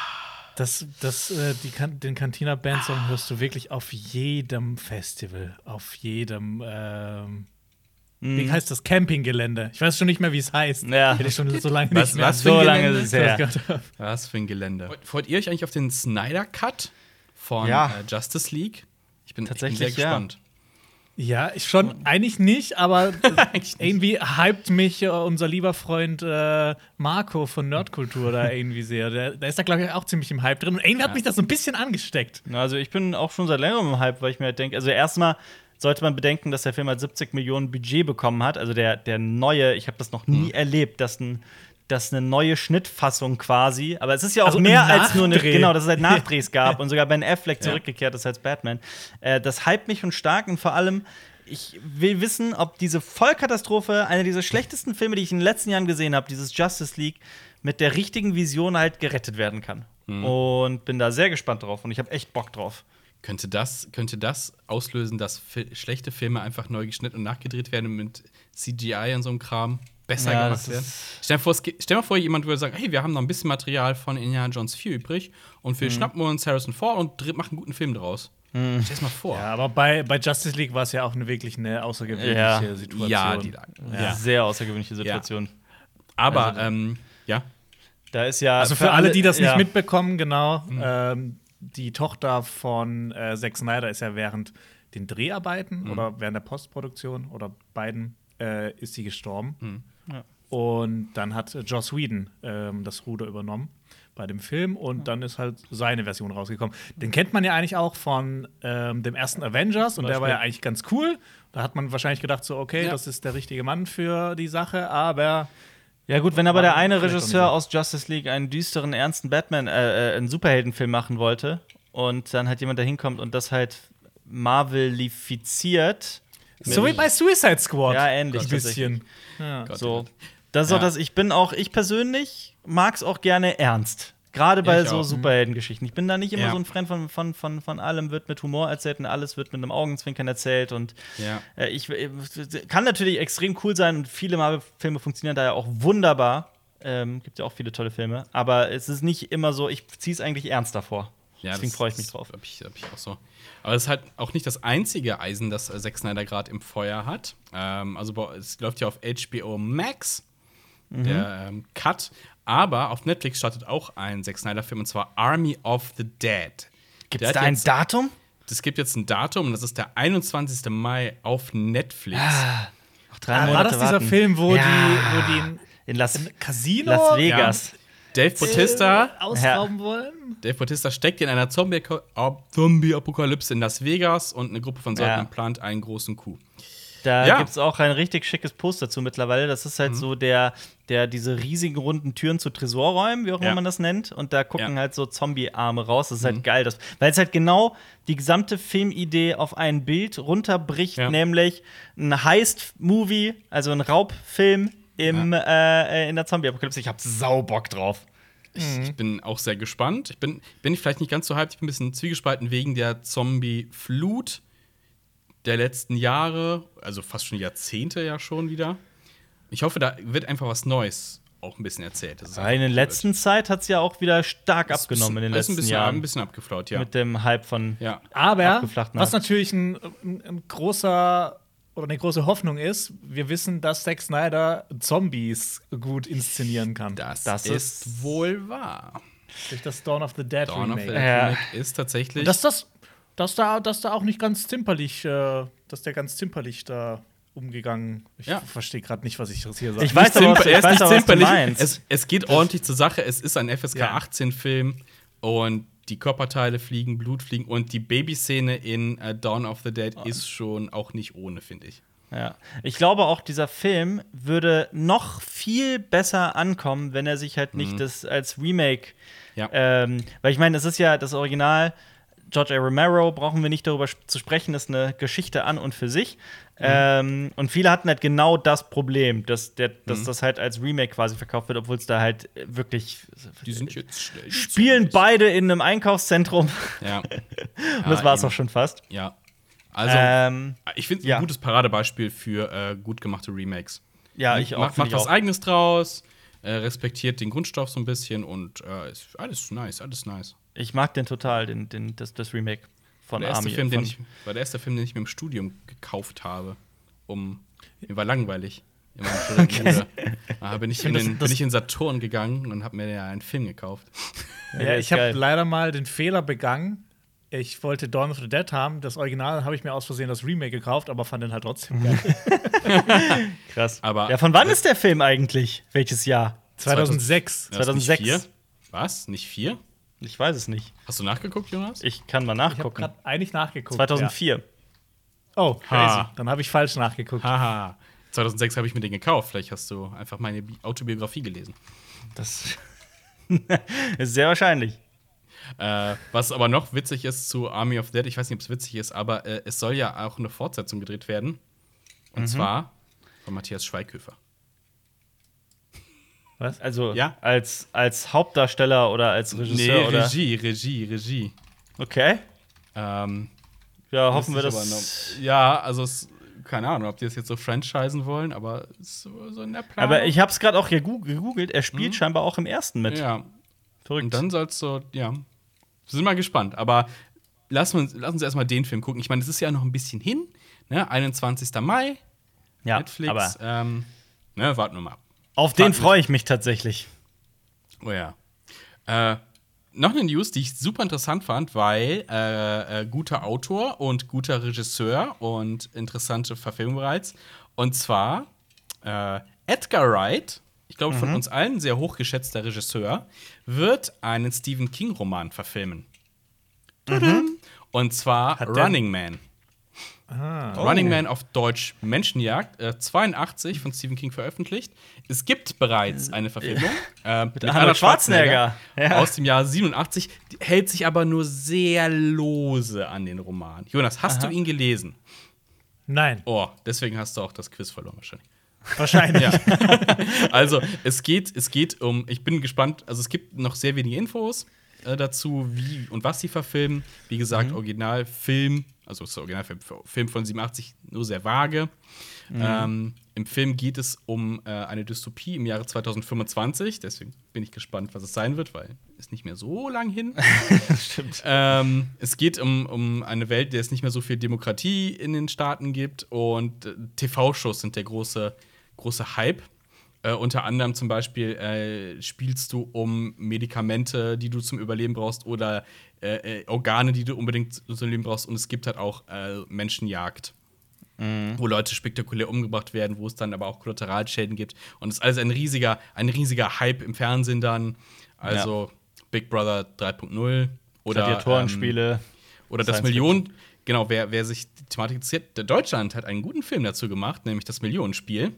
Den Cantina-Band-Song hörst du wirklich auf jedem Festival, auf jedem wie heißt das? Campinggelände. Ich weiß schon nicht mehr, wie es heißt. Ja. Hätte ich schon so lange Was- nicht mehr. was für ein So lange Gelände? ist es her. Was für ein Gelände. Freut ihr euch eigentlich auf den Snyder-Cut von Ja. Justice League? Ich bin Tatsächlich, sehr ja. gespannt. Ja, ich schon eigentlich nicht, aber Eigentlich nicht. irgendwie hypt mich unser lieber Freund Marco von Nerdkultur da irgendwie sehr. Der ist da, glaube ich, auch ziemlich im Hype drin. Und irgendwie hat mich das so ein bisschen angesteckt. Also ich bin auch schon seit längerem im Hype, weil ich mir halt denke, also erstmal sollte man bedenken, dass der Film halt 70 Millionen Budget bekommen hat. Also der neue, ich habe das noch nie erlebt, dass eine neue Schnittfassung quasi, aber es ist ja auch Also mehr ein als nur eine, Nachdreh. genau, dass es halt Nachdrehs gab und sogar Ben Affleck zurückgekehrt ist als Batman. Das hypt mich schon stark und vor allem, ich will wissen, ob diese Vollkatastrophe, einer dieser schlechtesten Filme, die ich in den letzten Jahren gesehen habe, dieses Justice League, mit der richtigen Vision halt gerettet werden kann. Und bin da sehr gespannt drauf und ich habe echt Bock drauf. Könnte das auslösen, dass schlechte Filme einfach neu geschnitten und nachgedreht werden und mit CGI und so einem Kram besser Ja, gemacht das werden? ist- Stell mal vor, jemand würde sagen, hey, wir haben noch ein bisschen Material von Indiana Jones 4 übrig und wir schnappen uns Harrison Ford und machen einen guten Film draus. Stell's mal vor. Ja, aber bei Justice League war es ja auch wirklich eine außergewöhnliche Ja. Situation. Ja, ja. Sehr außergewöhnliche Situation. Aber, ja. Da ist ja Also für alle, die das nicht ja. mitbekommen, genau, die Tochter von Zack Snyder ist ja während den Dreharbeiten oder während der Postproduktion oder beiden ist sie gestorben. Ja. Und dann hat Joss Whedon das Ruder übernommen bei dem Film und dann ist halt seine Version rausgekommen. Den kennt man ja eigentlich auch von dem ersten Avengers und der war ja eigentlich ganz cool. Da hat man wahrscheinlich gedacht so, okay, das ist der richtige Mann für die Sache, aber Ja gut, wenn aber der eine Vielleicht auch Regisseur nicht so. aus Justice League einen düsteren, ernsten Batman, einen Superheldenfilm machen wollte und dann halt jemand da hinkommt und das halt Marvelifiziert. so wie bei Suicide Squad. Ja, ähnlich Ein bisschen. Ja. So. Das ist auch das, ich persönlich mag es auch gerne ernst. Gerade bei ich so auch. Superheldengeschichten. Ich bin da nicht immer Ja. so ein Fan von allem wird mit Humor erzählt und alles wird mit einem Augenzwinkern erzählt. Und Ja. ich kann natürlich extrem cool sein und viele Marvel-Filme funktionieren da ja auch wunderbar. Gibt ja auch viele tolle Filme. Aber es ist nicht immer so, ich ziehe es eigentlich ernst davor. Ja, Deswegen freue ich mich drauf. Hab ich auch so. Aber es ist halt auch nicht das einzige Eisen, das Zack Snyder gerade im Feuer hat. Es läuft ja auf HBO Max, der Cut. Aber auf Netflix startet auch ein Zack Snyder-Film, und zwar Army of the Dead. Gibt Der es hat da ein jetzt- Datum? Es gibt jetzt ein Datum, und das ist der 21. Mai auf Netflix. Noch 3 War Monate das dieser warten. Film, wo Ja. die in in Las Casino Las Vegas. Dave Bautista, ausrauben wollen? Dave Bautista steckt in einer Zombie-Apokalypse in Las Vegas und eine Gruppe von Söldnern Ja. plant einen großen Coup. Da Ja. gibt's auch ein richtig schickes Poster zu mittlerweile. Das ist halt so diese riesigen runden Türen zu Tresorräumen, wie auch immer Ja. man das nennt. Und da gucken Ja. halt so Zombie-Arme raus. Das ist halt geil. Weil es halt genau die gesamte Filmidee auf ein Bild runterbricht, Ja. nämlich ein Heist-Movie, also ein Raubfilm in der Zombie-Apokalypse. Ich hab sau Bock drauf. Ich bin auch sehr gespannt. Ich bin vielleicht nicht ganz so hyped, ich bin ein bisschen zwiegespalten wegen der Zombie-Flut der letzten Jahre, also fast schon Jahrzehnte ja schon wieder. Ich hoffe, da wird einfach was Neues auch ein bisschen erzählt. Das ist In der letzten Zeit hat es ja auch wieder stark abgenommen in den ist ein letzten bisschen, Jahren. ein bisschen abgeflaut, ja. Mit dem Hype von Ja. Aber Abgeflachten was hat. natürlich ein großer oder eine große Hoffnung ist, wir wissen, dass Zack Snyder Zombies gut inszenieren kann. Das Das ist ist wohl wahr. Durch das Dawn of the Dead Dawn of the Remake. Dead Ja. Remake ist tatsächlich. Und dass da auch nicht ganz zimperlich, dass der ganz zimperlich da umgegangen. Ich Ja. verstehe gerade nicht, was ich hier sage. Ich weiß aber, Er ist nicht was du zimperlich. meinst. Es geht ordentlich zur Sache. Es ist ein FSK Ja. 18-Film und die Körperteile fliegen, Blut fliegen und die Babyszene in Dawn of the Dead ist schon auch nicht ohne, finde ich. Ja. Ich glaube auch, dieser Film würde noch viel besser ankommen, wenn er sich halt nicht das als Remake. Ja. Weil ich meine, es ist ja das Original. George A. Romero, brauchen wir nicht darüber zu sprechen, ist eine Geschichte an und für sich. Und viele hatten halt genau das Problem, dass das halt als Remake quasi verkauft wird, obwohl es da halt wirklich Die sind jetzt schnell. spielen beide in einem Einkaufszentrum. Ja. Und das war es auch schon fast. Ja. Also, ich finde es ja. ein gutes Paradebeispiel für gut gemachte Remakes. Ja, ich auch. Macht find ich was auch. Eigenes draus, respektiert den Grundstoff so ein bisschen und ist alles nice, alles nice. Ich mag den total, das Remake von Der erste, Army. Film, von, war der erste Film, den ich mir im Studium gekauft habe. Mir war langweilig. In meinem Studium. Bin ich in Saturn gegangen und habe mir ja einen Film gekauft. Ja, ist ich habe geil. leider mal den Fehler begangen. Ich wollte Dawn of the Dead haben. Das Original habe ich mir aus Versehen das Remake gekauft, aber fand den halt trotzdem geil. Krass. Aber- ja, von wann ist der Film eigentlich? Welches Jahr? 2006. Ja, ist nicht 2006. 4? Was? Nicht 4? Ich weiß es nicht. Hast du nachgeguckt, Jonas? Ich kann mal Ich habe nachgucken. gerade eigentlich nachgeguckt. 2004. Ja. Oh, Ha. crazy. Dann habe ich falsch nachgeguckt. Haha. 2006 habe ich mir den gekauft. Vielleicht hast du einfach meine Autobiografie gelesen. Das ist sehr wahrscheinlich. Was aber noch witzig ist zu Army of Dead, ich weiß nicht, ob es witzig ist, aber es soll ja auch eine Fortsetzung gedreht werden. Und zwar von Matthias Schweighöfer. Was? Also Ja. als Hauptdarsteller oder als Regisseur oder? Regie. Okay. Ähm, Ja, hoffen wir, wüsste ich dass. aber noch- Ja, also keine Ahnung, ob die das jetzt so franchisen wollen, aber es ist so in der Planung. Aber ich habe es gerade auch gegoogelt. Er spielt scheinbar auch im ersten mit. Ja, Verrückt. und dann soll's so, ja. Wir sind mal gespannt, aber lass uns erstmal den Film gucken. Ich meine, es ist ja noch ein bisschen hin, ne? 21. Mai, ja, Netflix. aber Warten wir mal ab. auf den warten wir. freue ich mich tatsächlich. Oh ja. Noch eine News, die ich super interessant fand, weil guter Autor und guter Regisseur und interessante Verfilmung bereits. Und zwar Edgar Wright, ich glaube von uns allen sehr hochgeschätzter Regisseur, wird einen Stephen King-Roman verfilmen. Und zwar Hat der- Running Man. Running Man auf Deutsch Menschenjagd, 82 von Stephen King veröffentlicht. Es gibt bereits eine Verfilmung mit Arnold Schwarzenegger. Ja. aus dem Jahr 87, die hält sich aber nur sehr lose an den Roman. Jonas, hast du ihn gelesen? Nein, Oh, deswegen hast du auch das Quiz verloren wahrscheinlich. wahrscheinlich. Ja. Also, es geht um, ich bin gespannt, also es gibt noch sehr wenige Infos dazu, wie und was sie verfilmen. Wie gesagt, Originalfilm, also das Originalfilm von 87, nur sehr vage. Im Film geht es um eine Dystopie im Jahre 2025. Deswegen bin ich gespannt, was es sein wird, weil es nicht mehr so lang hin. Stimmt. Es geht um eine Welt, in der es nicht mehr so viel Demokratie in den Staaten gibt. Und TV-Shows sind der große Hype. Unter anderem zum Beispiel spielst du um Medikamente, die du zum Überleben brauchst, oder Organe, die du unbedingt zum Überleben brauchst. Und es gibt halt auch Menschenjagd, wo Leute spektakulär umgebracht werden, wo es dann aber auch Kollateralschäden gibt. Und es ist alles ein riesiger Hype im Fernsehen dann. Also Big Brother 3.0 oder Gladiatorenspiele. oder das Science Millionen. Genau, wer sich die Thematik interessiert, Deutschland hat einen guten Film dazu gemacht, nämlich das Millionenspiel.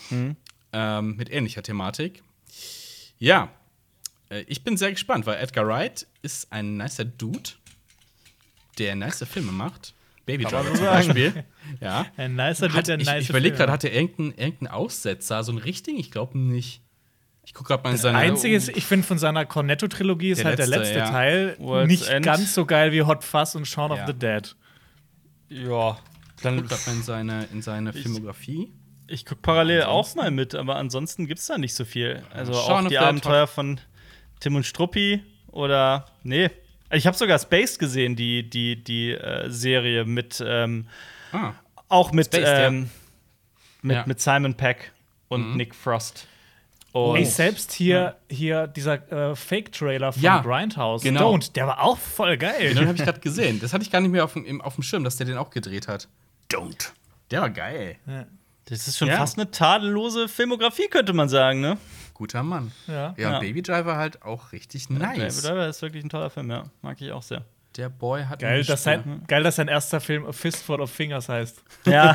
Mit ähnlicher Thematik. Ja, ich bin sehr gespannt, weil Edgar Wright ist ein nicer Dude, der nice Filme macht. Baby Driver so zum sagen. Beispiel. Ja. Ein nicer Dude, der nice Ich überlege gerade, Filme hat er irgendeinen Aussetzer, so einen richtigen? Ich glaube nicht. Ich gucke gerade mal in Das seine. Einzige ist, ich finde von seiner Cornetto-Trilogie ist Der halt der letzte, letzte ja. Teil World's nicht End. ganz so geil wie Hot Fuzz und Shaun of Ja. the Dead. Ja. Ich Dann, gucke gerade mal in seine Filmografie. ich gucke parallel auch mal mit, aber ansonsten gibt's da nicht so viel. Also Shaun auch of die the Abenteuer von Tim und Struppi oder nee. Ich habe sogar Spaced gesehen, die Serie mit auch mit Spaced, ja. Ja. mit Simon Pegg und Nick Frost. Und Ey, selbst hier dieser Fake-Trailer von Ja, Grindhouse, genau. Don't, der war auch voll geil. Den habe ich gerade gesehen. Das hatte ich gar nicht mehr auf dem Schirm, dass der den auch gedreht hat. Don't. Der war geil. das ist schon Ja. fast eine tadellose Filmografie, könnte man sagen, ne? Guter Mann. Ja. Ja, Ja. Baby Driver halt auch richtig nice. Baby Driver ist wirklich ein toller Film, ja. Mag ich auch sehr. Der Boy hat Geil, eine dass Stimme. sein erster Film A Fistful of Fingers heißt. Ja.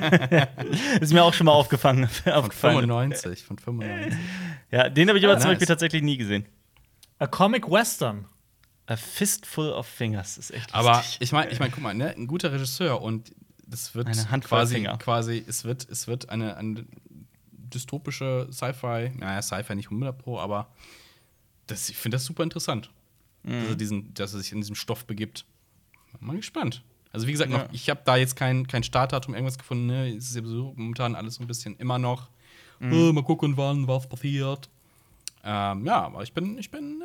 Ist mir auch schon mal aufgefallen. Von 95. Ja, den habe ich aber Ah, zum nice. Beispiel tatsächlich nie gesehen. A Comic Western. A Fistful of Fingers ist echt Aber lustig. ich meine, guck mal, ne, ein guter Regisseur und das wird Eine Handvoll Finger. es wird eine dystopische Sci-Fi, naja, Sci-Fi nicht 100 Pro, aber ich finde das super interessant, dass er sich in diesem Stoff begibt. Mal gespannt. Also wie gesagt, Ja. ich habe da jetzt kein Startdatum irgendwas gefunden. Ne? Es ist ja so momentan alles so ein bisschen immer noch. Mal gucken, wann was passiert. Ja, aber ich bin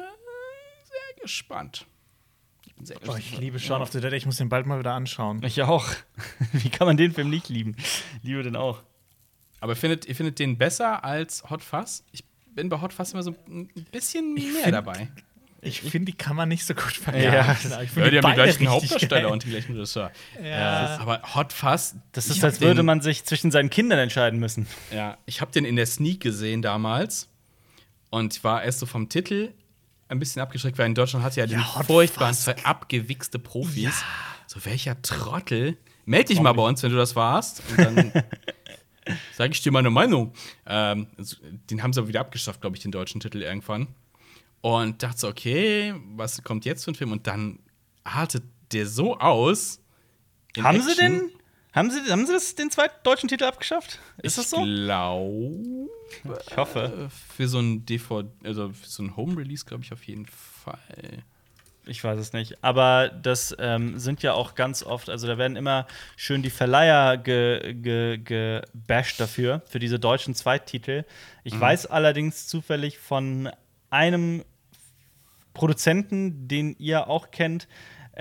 sehr gespannt. Ich bin sehr Oh, gespannt. ich liebe Shaun of the Dead, ich muss den bald mal wieder anschauen. Ich auch. Wie kann man den Film nicht lieben? Ich liebe den auch. Aber ihr findet den besser als Hot Fuzz? Ich bin bei Hot Fuzz immer so ein bisschen mehr find- dabei. Ich finde, die kann man nicht so gut vergleichen. Ja. Ich Ja, find die haben die beide gleichen richtig Hauptdarsteller geil. und die gleichen Regisseur. Ja. Aber Hot Fuzz, Das ich ist, hab als würde den- man sich zwischen seinen Kindern entscheiden müssen. Ja, ich habe den in der Sneak gesehen damals und ich war erst so vom Titel ein bisschen abgeschreckt, weil in Deutschland hatte ja den Hot furchtbaren Fuzz. zwei abgewichste Profis. So welcher Trottel Meld dich mal bei uns, wenn du das warst. Und dann sage ich dir meine Meinung. Den haben sie aber wieder abgeschafft, glaube ich, den deutschen Titel irgendwann. Und dachte so, okay, was kommt jetzt für ein Film? Und dann artet der so aus. Haben sie den zweiten deutschen Titel abgeschafft? Ist das so? Ich glaube. Ich hoffe. Für so ein DVD, also für so ein Home-Release, glaube ich, auf jeden Fall. Ich weiß es nicht. Aber das sind ja auch ganz oft, also da werden immer schön die Verleiher gebasht dafür, für diese deutschen Zweittitel. Ich weiß allerdings zufällig von einem Produzenten, den ihr auch kennt,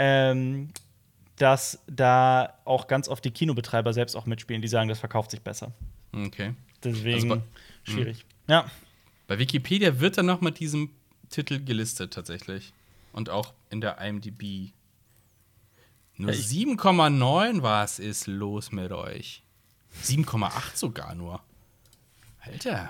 dass da auch ganz oft die Kinobetreiber selbst auch mitspielen, die sagen, das verkauft sich besser. Okay. Deswegen Also schwierig. Ja. Bei Wikipedia wird dann noch mit diesem Titel gelistet, tatsächlich. Und auch in der IMDb. Nur 7,9 was ist los mit euch? 7,8 sogar nur. Alter.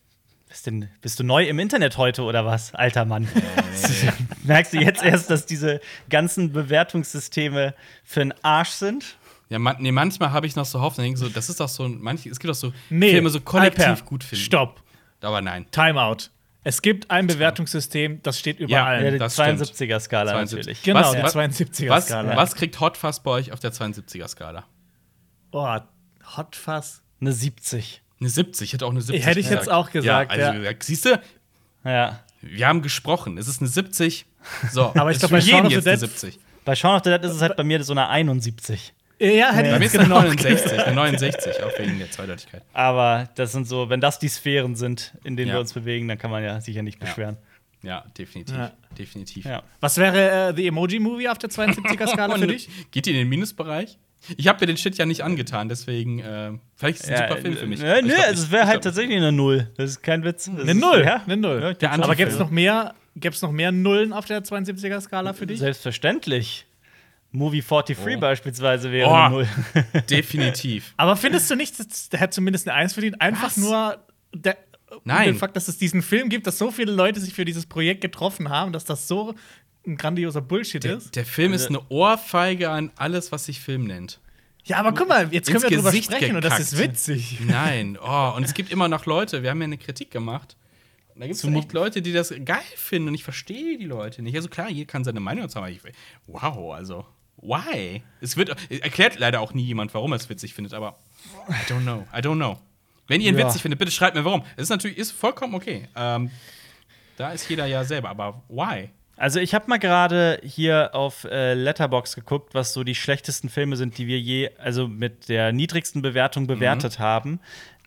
Bist du neu im Internet heute oder was, alter Mann? Merkst du jetzt erst, dass diese ganzen Bewertungssysteme für den Arsch sind? Ja, manchmal habe ich noch so Hoffnung, denke so, das ist doch so, es gibt doch so Filme so kollektiv Alper, gut finden. Stopp. Aber nein. Timeout. Es gibt ein Bewertungssystem, das steht über Ja, allen. Ja, die das stimmt. 72er-Skala 72. natürlich. Genau, die Was- 72er-Skala. Was kriegt Hot Fuzz bei euch auf der 72er-Skala? Oh, Hot Fuzz. Eine 70. Eine 70, ich hätte auch eine 70 Hätte ich jetzt auch gesagt, Ja, also, siehst du, Ja. wir haben gesprochen. Es ist eine 70. So, Aber ich ist glaub, für bei Shaun jeden of the jetzt eine Dead- 70. Bei Shaun of the Dead ist es halt bei mir so eine 71. Ja, hätte Bei mir ich ist jetzt eine genau 69. Eine 69, auch wegen der Zweideutigkeit. Aber das sind so, wenn das die Sphären sind, in denen Ja. wir uns bewegen, dann kann man ja sicher nicht beschweren. Ja, definitiv. Ja. Definitiv. Ja. Was wäre The Emoji Movie auf der 72er-Skala für dich? Geht ihr in den Minusbereich? Ich habe mir den Shit ja nicht angetan, deswegen vielleicht ist es ein super Film für mich. Nö, Aber ich glaub, also es wäre halt ich glaub, tatsächlich eine Null. Das ist kein Witz. Das Eine ist- Null. Ja, Eine Null. Ja, Der Aber Anti- gäbe es noch mehr Nullen auf der 72er-Skala für dich? Selbstverständlich. Movie 43 Oh. beispielsweise wäre Oh. eine Null. definitiv. Aber findest du nicht, der hat zumindest eine 1 verdient? Einfach Was? nur Nein. den Fakt, dass es diesen Film gibt, dass so viele Leute sich für dieses Projekt getroffen haben, dass das so ein grandioser Bullshit ist. Der Film ist eine Ohrfeige an alles, was sich Film nennt. Ja, aber guck mal, jetzt können wir Ins drüber Gesicht sprechen und das ist gekackt. witzig. Nein, und es gibt immer noch Leute, wir haben ja eine Kritik gemacht. Und da gibt es echt Leute, die das geil finden und ich verstehe die Leute nicht. Also klar, jeder kann seine Meinung dazu haben, aber wow, also, why? Erklärt leider auch nie jemand, warum er es witzig findet, aber I don't know. Wenn ihr ihn Ja. witzig findet, bitte schreibt mir warum. Es ist vollkommen okay. Da ist jeder ja selber, aber why? Also ich habe mal gerade hier auf Letterboxd geguckt, was so die schlechtesten Filme sind, die wir also mit der niedrigsten Bewertung bewertet haben.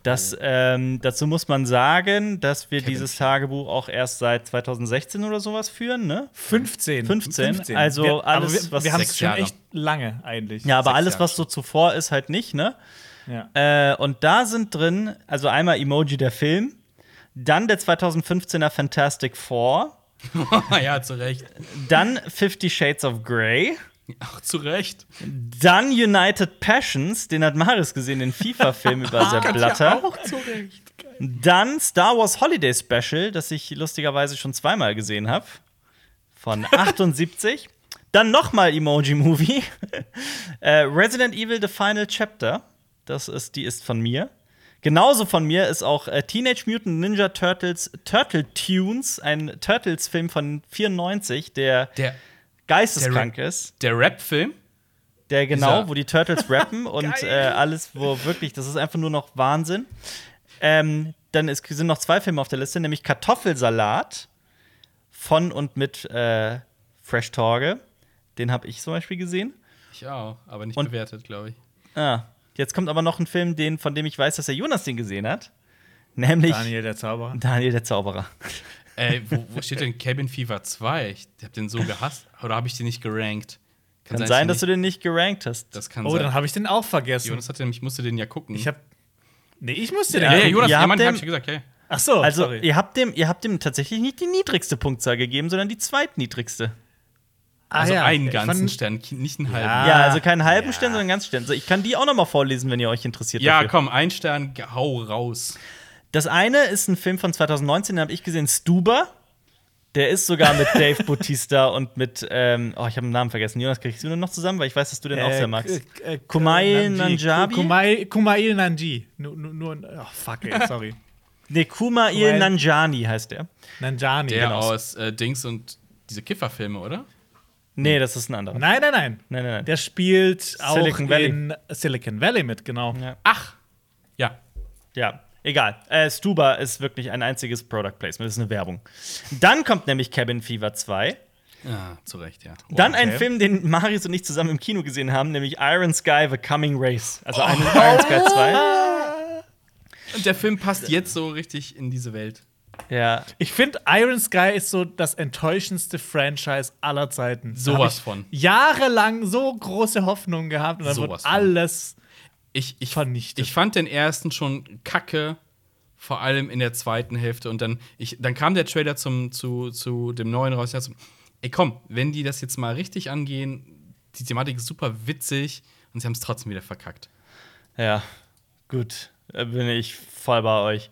Dazu muss man sagen, dass wir dieses Tagebuch auch erst seit 2016 oder sowas führen, ne? 15. 15. Also aber alles, was wir haben es 6 schon Jahre. echt lange eigentlich. Ja, aber 6 alles, Jahre was so zuvor ist, halt nicht, ne? Ja. Und da sind drin, also einmal Emoji der Film, dann der 2015er Fantastic Four, Ja, zu Recht. dann 50 Shades of Grey, Ach, zu Recht. dann United Passions, den hat Marius gesehen, den FIFA-Film über Sepp Blatter. Auch zu Recht. Dann Star Wars Holiday Special, das ich lustigerweise schon zweimal gesehen habe, von 78. Dann nochmal Emoji Movie. Resident Evil The Final Chapter, die ist von mir. Genauso von mir ist auch Teenage Mutant Ninja Turtles Turtle Tunes, ein Turtles-Film von 94, der geisteskrank ist. Der Rap-Film? Der Dieser- wo die Turtles rappen und alles, wo wirklich, das ist einfach nur noch Wahnsinn. Dann sind noch 2 Filme auf der Liste, nämlich Kartoffelsalat von und mit Fresh Torge. Den habe ich zum Beispiel gesehen. Ich auch, aber nicht Und- bewertet, glaube ich. Jetzt kommt aber noch ein Film, von dem ich weiß, dass der Jonas den gesehen hat. Nämlich Daniel der Zauberer. Daniel der Zauberer. Wo steht denn Cabin Fever 2? Ich hab den so gehasst. Oder habe ich den nicht gerankt? Kann sein, dass du den nicht gerankt hast. Das kann Oh, sein. dann habe ich den auch vergessen. Jonas ich musste den ja gucken. Ich musste Ja, den. ja, Jonas, Ihr habt hab den- ich ja gesagt, ja. Ach so, Also, sorry. ihr habt dem tatsächlich nicht die niedrigste Punktzahl gegeben, sondern die zweitniedrigste. Also einen Ich ganzen fand- Stern, nicht einen halben. Ja. Ja, also keinen halben ja. Stern, sondern einen ganzen Stern. So, ich kann die auch noch mal vorlesen, wenn ihr euch interessiert. Ja, dafür. komm, ein Stern, hau raus. Das eine ist ein Film von 2019, den habe ich gesehen, Stuber. Der ist sogar mit Dave Bautista und mit, ich habe den Namen vergessen. Jonas, kriegst du den noch zusammen? Weil ich weiß, dass du den auch sehr magst. Kumail Nanjiani? Kumail Nanji. Fuck, ey, sorry. Nee, Kumail Nanjiani heißt der. Nanjiani, Der genau. aus Dings und diese Kifferfilme, oder? Nee, das ist ein anderer. Nein. Der spielt auch Silicon Valley. in Silicon Valley mit, genau. Ja. Ach, ja. Ja, egal. Stuba ist wirklich ein einziges Product Placement. Das ist eine Werbung. Dann kommt nämlich Cabin Fever 2. Ja, zu Recht, ja. Dann okay. ein Film, den Marius und ich zusammen im Kino gesehen haben, nämlich Iron Sky The Coming Race. Also Iron Sky 2. Und der Film passt jetzt so richtig in diese Welt. Ja. Ich finde, Iron Sky ist so das enttäuschendste Franchise aller Zeiten. Da Sowas hab ich von. Jahrelang so große Hoffnungen gehabt und dann Sowas wird von. alles Ich vernichtet. Ich fand den ersten schon kacke, vor allem in der zweiten Hälfte. Und dann kam der Trailer zu dem neuen raus. Ich dachte so, ey, komm, wenn die das jetzt mal richtig angehen, die Thematik ist super witzig und sie haben es trotzdem wieder verkackt. Ja, gut. Da bin ich voll bei euch.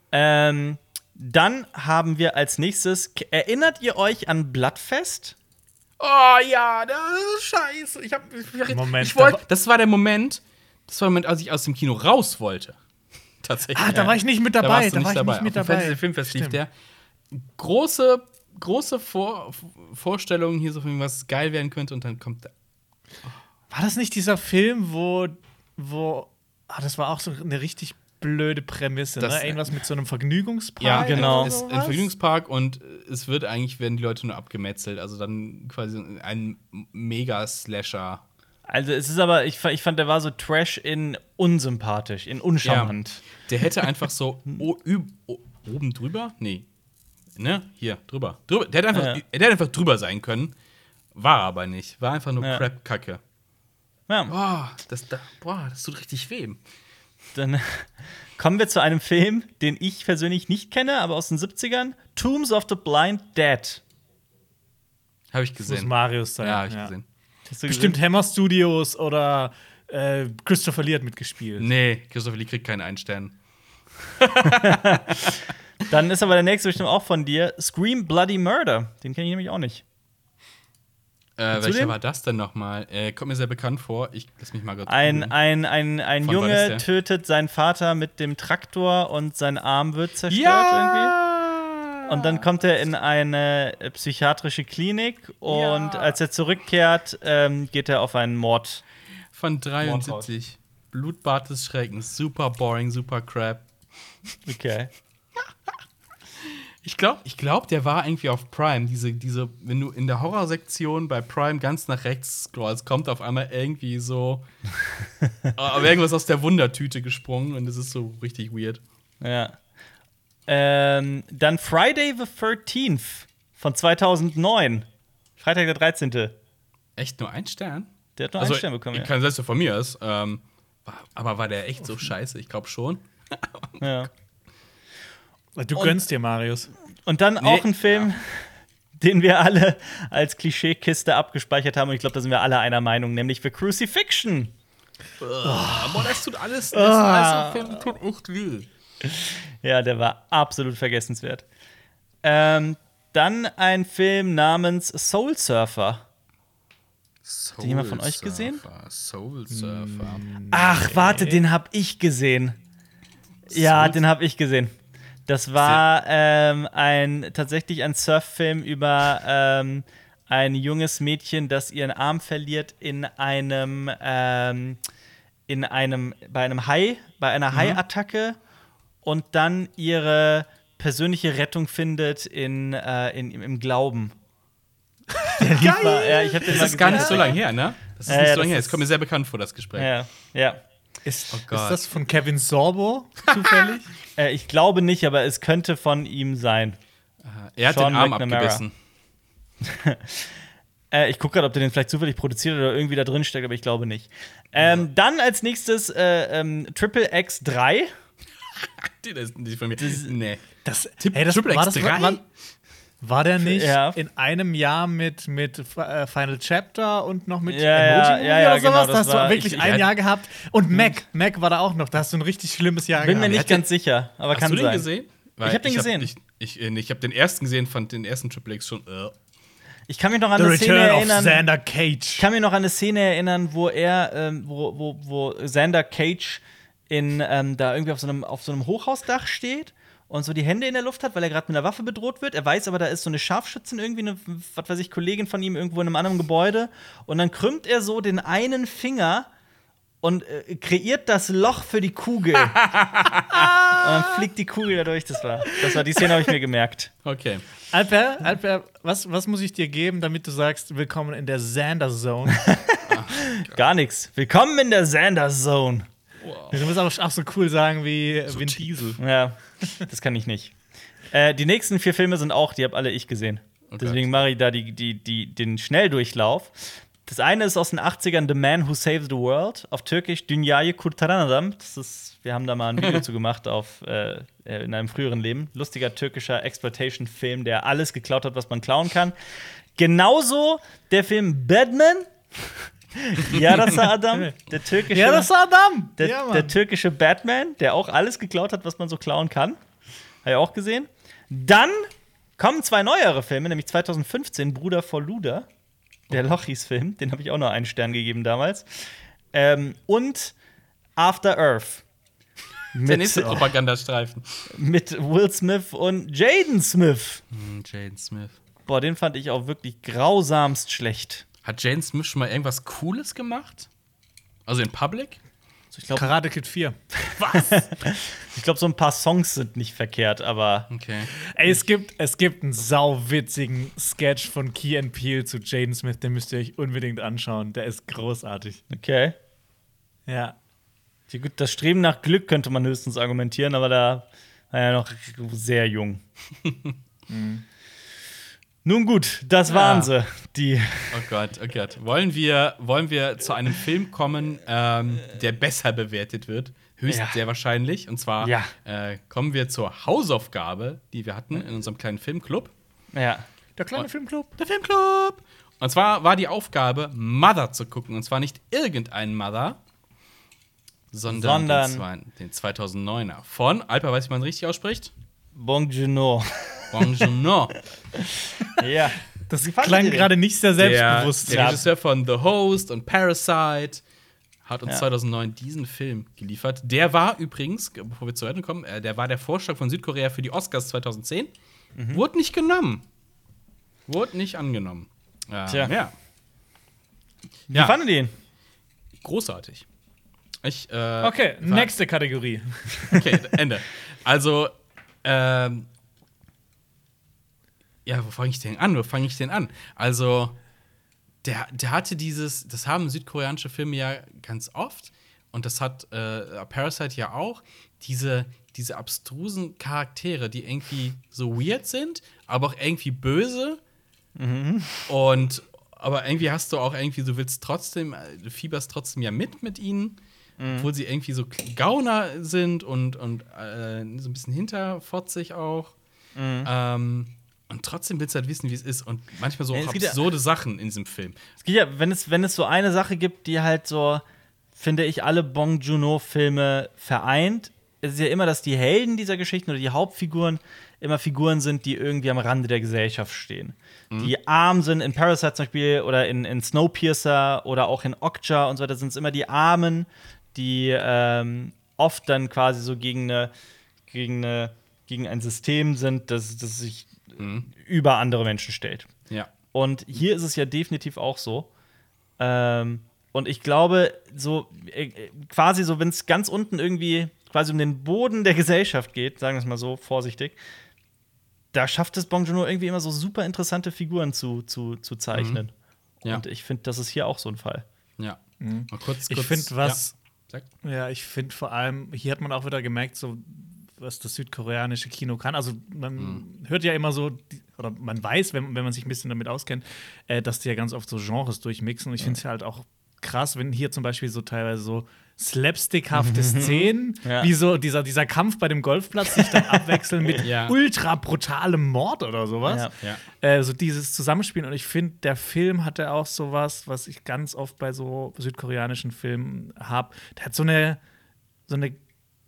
Dann haben wir als nächstes, erinnert ihr euch an Bloodfest? Oh ja, das ist scheiße. Das war der Moment, als ich aus dem Kino raus wollte. Tatsächlich. Ah, da war ich nicht mit dabei. Da warst du nicht mit dabei. Auf dem Fantasy Filmfest lief der. Große Vorstellungen hier, so von was geil werden könnte, und dann kommt der. War das nicht dieser Film, wo das war auch so eine richtig blöde Prämisse, ne? Irgendwas mit so einem Vergnügungspark. Ja, genau. Es ist ein Vergnügungspark und werden die Leute nur abgemetzelt. Also dann quasi ein Mega-Slasher. Also es ist aber, ich fand, der war so Trash in unsympathisch, in uncharmant. Ja, der hätte einfach so oben drüber? Nee. Ne? Hier, drüber. Der hätte einfach drüber sein können. War aber nicht. War einfach nur Crap-Kacke. Ja. Boah, das tut richtig weh. Dann kommen wir zu einem Film, den ich persönlich nicht kenne, aber aus den 70ern. Tombs of the Blind Dead. Habe ich Das muss gesehen. Marius sein. Ja, habe ich gesehen. Hast du Bestimmt gesehen? Hammer Studios oder Christopher Lee hat mitgespielt. Nee, Christopher Lee kriegt keinen Einstern. Dann ist aber der nächste bestimmt auch von dir. Scream Bloody Murder. Den kenne ich nämlich auch nicht. Welcher dem? war das denn nochmal? Kommt mir sehr bekannt vor. Lass mich mal kurz Ein googeln. Von wann ist der? Junge tötet seinen Vater mit dem Traktor und sein Arm wird zerstört irgendwie. Und dann kommt er in eine psychiatrische Klinik und als er zurückkehrt, geht er auf einen Mord. Von 73. Blutbad des Schreckens. Super boring, super crap. Okay. Ich glaub, der war irgendwie auf Prime. Diese, wenn du in der Horrorsektion bei Prime ganz nach rechts scrollst, kommt auf einmal irgendwie so aber irgendwas aus der Wundertüte gesprungen und es ist so richtig weird. Ja. Dann Friday the 13th von 2009. Freitag der 13. Echt nur ein Stern? Der hat nur einen Stern bekommen. Kann sein, dass der von mir ist. Aber war der echt so scheiße? Ich glaube schon. Ja. Du gönnst dir, Marius. Und dann auch ein Film, den wir alle als Klischeekiste abgespeichert haben. Und ich glaube, da sind wir alle einer Meinung, nämlich The Crucifixion. Boah, das tut alles. Das tut echt weh. Ja, der war absolut vergessenswert. Dann ein Film namens Soul Surfer. Den jemand von euch gesehen? Soul Surfer. Ach, warte, den hab ich gesehen. Ja, den hab ich gesehen. Das war tatsächlich ein Surffilm über ein junges Mädchen, das ihren Arm verliert bei einer Haiattacke und dann ihre persönliche Rettung findet im Glauben. Ja, ich hab den Das mal ist gar nicht gesehen. so lange her, ne? Das ist nicht so lange her. Es kommt mir sehr bekannt vor, das Gespräch. Ja. Ist Gott. das von Kevin Sorbo zufällig? Ich glaube nicht, aber es könnte von ihm sein. Er hat Sean den Arm McNamara. abgebissen. Ich gucke gerade, ob der den vielleicht zufällig produziert oder irgendwie da drin steckt, aber ich glaube nicht. Dann als nächstes Triple X3. Das ist nicht von mir. Nee. Triple X3? War der nicht Ja. in einem Jahr mit Final Chapter und noch mit Ja, Emoji ja, oder sowas? genau, Da hast du war- wirklich ein Jahr gehabt. Und Mac war da auch noch. Da hast du ein richtig schlimmes Jahr Bin mir gehabt. nicht ganz sicher, aber Hast kann du den sein. gesehen? Ich hab den gesehen. Ich habe den ersten gesehen, fand den ersten Triple X schon. Ich kann mich noch an The eine Szene Return of erinnern. Xander Cage. Ich kann mich noch an eine Szene erinnern, wo wo Xander Cage da irgendwie auf so einem Hochhausdach steht und so die Hände in der Luft hat, weil er gerade mit einer Waffe bedroht wird. Er weiß aber, da ist so eine Scharfschützin, irgendwie eine, was weiß ich, Kollegin von ihm irgendwo in einem anderen Gebäude. Und dann krümmt er so den einen Finger und kreiert das Loch für die Kugel. Und dann fliegt die Kugel da durch. Das war die Szene, habe ich mir gemerkt. Okay. Alper, was muss ich dir geben, damit du sagst, willkommen in der Xander Zone? Gar nichts. Willkommen in der Xander Zone. Du musst aber auch so cool sagen wie Vin Diesel. Ja, das kann ich nicht. Die nächsten 4 Filme sind auch, die habe alle ich gesehen. Deswegen mache ich da den Schnelldurchlauf. Das eine ist aus den 80ern, The Man Who Saved the World. Auf Türkisch Dünyayı Kurtaran Adam. Wir haben da mal ein Video zu gemacht in einem früheren Leben. Lustiger türkischer Exploitation-Film, der alles geklaut hat, was man klauen kann. Genauso der Film Batman. Yarasa Adam, der türkische der türkische Batman, der auch alles geklaut hat, was man so klauen kann. Habe ich auch gesehen. Dann kommen 2 neuere Filme, nämlich 2015 Bruder vor Luder, der Lochis-Film, den habe ich auch noch einen Stern gegeben damals. Und After Earth. Der nächste Propagandastreifen. Mit Will Smith und Jaden Smith. Jaden Smith. Boah, den fand ich auch wirklich grausamst schlecht. Hat Jaden Smith schon mal irgendwas Cooles gemacht? Also in Public? Ich glaube, Karate Kid 4. ich glaube, so ein paar Songs sind nicht verkehrt, aber. Okay. Ey, es gibt einen sauwitzigen Sketch von Key and Peele zu Jaden Smith, den müsst ihr euch unbedingt anschauen. Der ist großartig. Okay. Ja. Ja, gut, das Streben nach Glück könnte man höchstens argumentieren, aber da war er noch sehr jung. Nun gut, das waren sie. Oh Gott. Wollen wir zu einem Film kommen, der besser bewertet wird? Sehr wahrscheinlich. Und zwar kommen wir zur Hausaufgabe, die wir hatten in unserem kleinen Filmclub. Ja. Der kleine Filmclub. Der Filmclub! Und zwar war die Aufgabe, Mother zu gucken. Und zwar nicht irgendein Mother, sondern den 2009er. Von, Alper, weiß ich, wie man richtig ausspricht? Bong Joon-ho. Bong Joon-ho. Ja. Das klang gerade nicht sehr selbstbewusst. Der Regisseur von The Host und Parasite hat uns 2009 diesen Film geliefert. Der war übrigens, bevor wir zu Ende kommen, der war der Vorschlag von Südkorea für die Oscars 2010. Wurde nicht genommen. Wurde nicht angenommen. Wie fanden die ihn? Großartig. Okay, nächste Kategorie. Okay, Ende. Also, wo fange ich denn an? Also, der hatte das haben südkoreanische Filme ja ganz oft. Und das hat Parasite ja auch. Diese abstrusen Charaktere, die irgendwie so weird sind, aber auch irgendwie böse. Aber irgendwie hast du auch irgendwie, du fieberst trotzdem ja mit ihnen. Obwohl sie irgendwie so Gauner sind und so ein bisschen hinterfotzig auch. Und trotzdem willst du halt wissen, wie es ist. Und manchmal so absurde Sachen in diesem Film. Es geht ja, wenn es so eine Sache gibt, die halt so, finde ich, alle Bong Joon-ho-Filme vereint, ist es ja immer, dass die Helden dieser Geschichten oder die Hauptfiguren immer Figuren sind, die irgendwie am Rande der Gesellschaft stehen. Die arm sind, in Parasite zum Beispiel oder in Snowpiercer oder auch in Okja und so weiter, sind es immer die Armen, die oft dann quasi so gegen ein System sind, das sich über andere Menschen stellt. Ja. Und hier ist es ja definitiv auch so. Und ich glaube, so quasi so, wenn es ganz unten irgendwie quasi um den Boden der Gesellschaft geht, sagen wir es mal so vorsichtig, da schafft es Bong Joon-ho irgendwie immer so super interessante Figuren zu zeichnen. Ja. Und ich finde, das ist hier auch so ein Fall. Ja. Mal kurz. Ich finde Ja, finde vor allem, hier hat man auch wieder gemerkt, so was das südkoreanische Kino kann. Also man hört ja immer so, oder man weiß, wenn man sich ein bisschen damit auskennt, dass die ja ganz oft so Genres durchmixen. Und ich finde es ja halt auch krass, wenn hier zum Beispiel so teilweise so slapstickhafte Szenen, wie so dieser Kampf bei dem Golfplatz sich dann abwechseln mit ultra brutalem Mord oder sowas. So dieses Zusammenspielen. Und ich finde, der Film hatte auch sowas, was ich ganz oft bei so südkoreanischen Filmen habe. Der hat so eine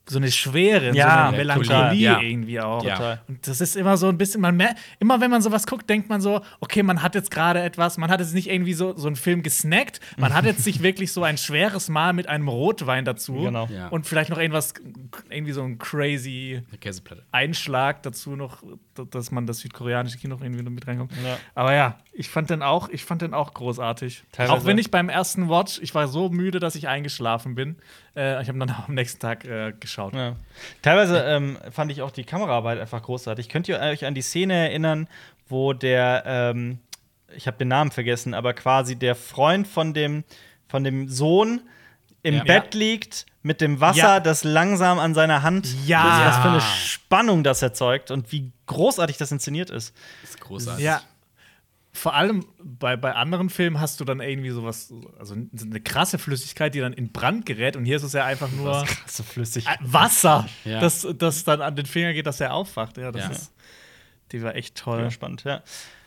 so eine Schwere, Ja, so eine Melancholie ja. irgendwie auch. Ja. Total. Und das ist immer so ein bisschen, immer wenn man sowas guckt, denkt man so, okay, man hat jetzt gerade etwas, man hat jetzt nicht irgendwie so einen Film gesnackt, man hat jetzt sich wirklich so ein schweres Mahl mit einem Rotwein dazu Genau. Ja. und vielleicht noch irgendwie so ein crazy Eine Käseplatte. Einschlag dazu noch, dass man das südkoreanische Kino noch irgendwie mit reinkommt. Ja. Aber ja, ich fand den auch großartig. Teilweise. Auch wenn ich beim ersten Watch, ich war so müde, dass ich eingeschlafen bin. Ich habe dann am nächsten Tag geschaut. Ja. Teilweise fand ich auch die Kameraarbeit einfach großartig. Könnt ihr euch an die Szene erinnern, wo der, ich habe den Namen vergessen, aber quasi der Freund von dem Sohn im Ja. Bett liegt mit dem Wasser, Ja. das langsam an seiner Hand. Ja. Das ist was für eine Spannung das erzeugt und wie großartig das inszeniert ist. Das ist großartig. Ja. Vor allem bei anderen Filmen hast du dann irgendwie sowas, also eine krasse Flüssigkeit, die dann in Brand gerät. Und hier ist es ja einfach nur So flüssig. Wasser, Ja. das dann an den Finger geht, dass er aufwacht. Ja, Ja. die war echt toll. Ja, spannend, ja.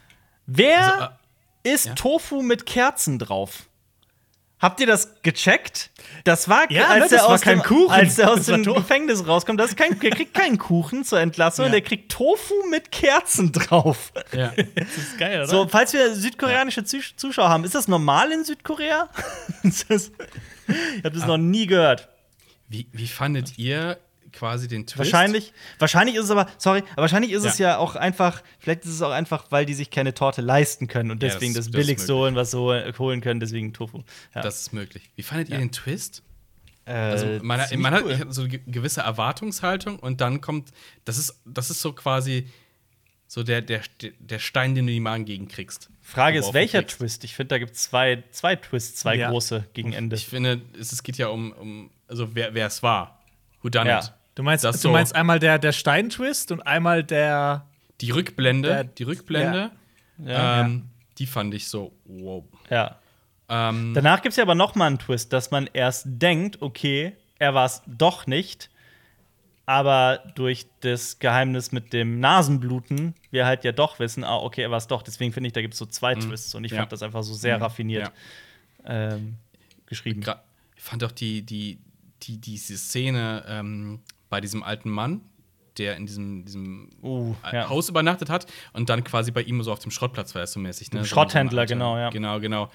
Wer Also, isst ja. Tofu mit Kerzen drauf? Habt ihr das gecheckt? Das war, Ja, als ne, das er war aus kein dem, Kuchen. als er aus Das war dem Tofu. Gefängnis rauskommt. Der kriegt keinen Kuchen zur Entlassung, Ja. der kriegt Tofu mit Kerzen drauf. Ja. Das ist geil, oder? So, falls wir südkoreanische Zuschauer haben, ist das normal in Südkorea? Ich habe das noch nie gehört. Wie fandet ihr quasi den Twist? Wahrscheinlich ist es aber, sorry, aber wahrscheinlich ist es Ja. ja auch einfach, vielleicht ist es auch einfach, weil die sich keine Torte leisten können und Ja, deswegen das das ist Billigste möglich. holen, was sie holen können, deswegen Tofu. Ja. Das ist möglich. Wie fandet ihr den Twist? Also, Also man hat ich hatte so eine gewisse Erwartungshaltung und dann kommt, das ist so quasi so der Stein, den du in die Magen kriegst. Frage ist, Worauf welcher du kriegst. Twist? Ich finde, da gibt es zwei Twists, zwei Ja. große gegen Ende. Ich finde, es geht ja um also wer es war. Who done Ja. it? Du meinst Das einmal der Steintwist und einmal der. Die Rückblende, Ja. die fand ich so, wow. Ja. Ähm, Danach gibt es ja aber noch mal einen Twist, dass man erst denkt, okay, er war es doch nicht, aber durch das Geheimnis mit dem Nasenbluten wir halt ja doch wissen, okay, er war es doch. Deswegen finde ich, da gibt es so zwei Twists und ich Ja. fand das einfach so sehr raffiniert geschrieben. Ich fand auch diese Szene bei diesem alten Mann, der in diesem ja. Haus übernachtet hat und dann quasi bei ihm so auf dem Schrottplatz war, so mäßig. Ne? Schrotthändler, So ein genau, ja. Genau.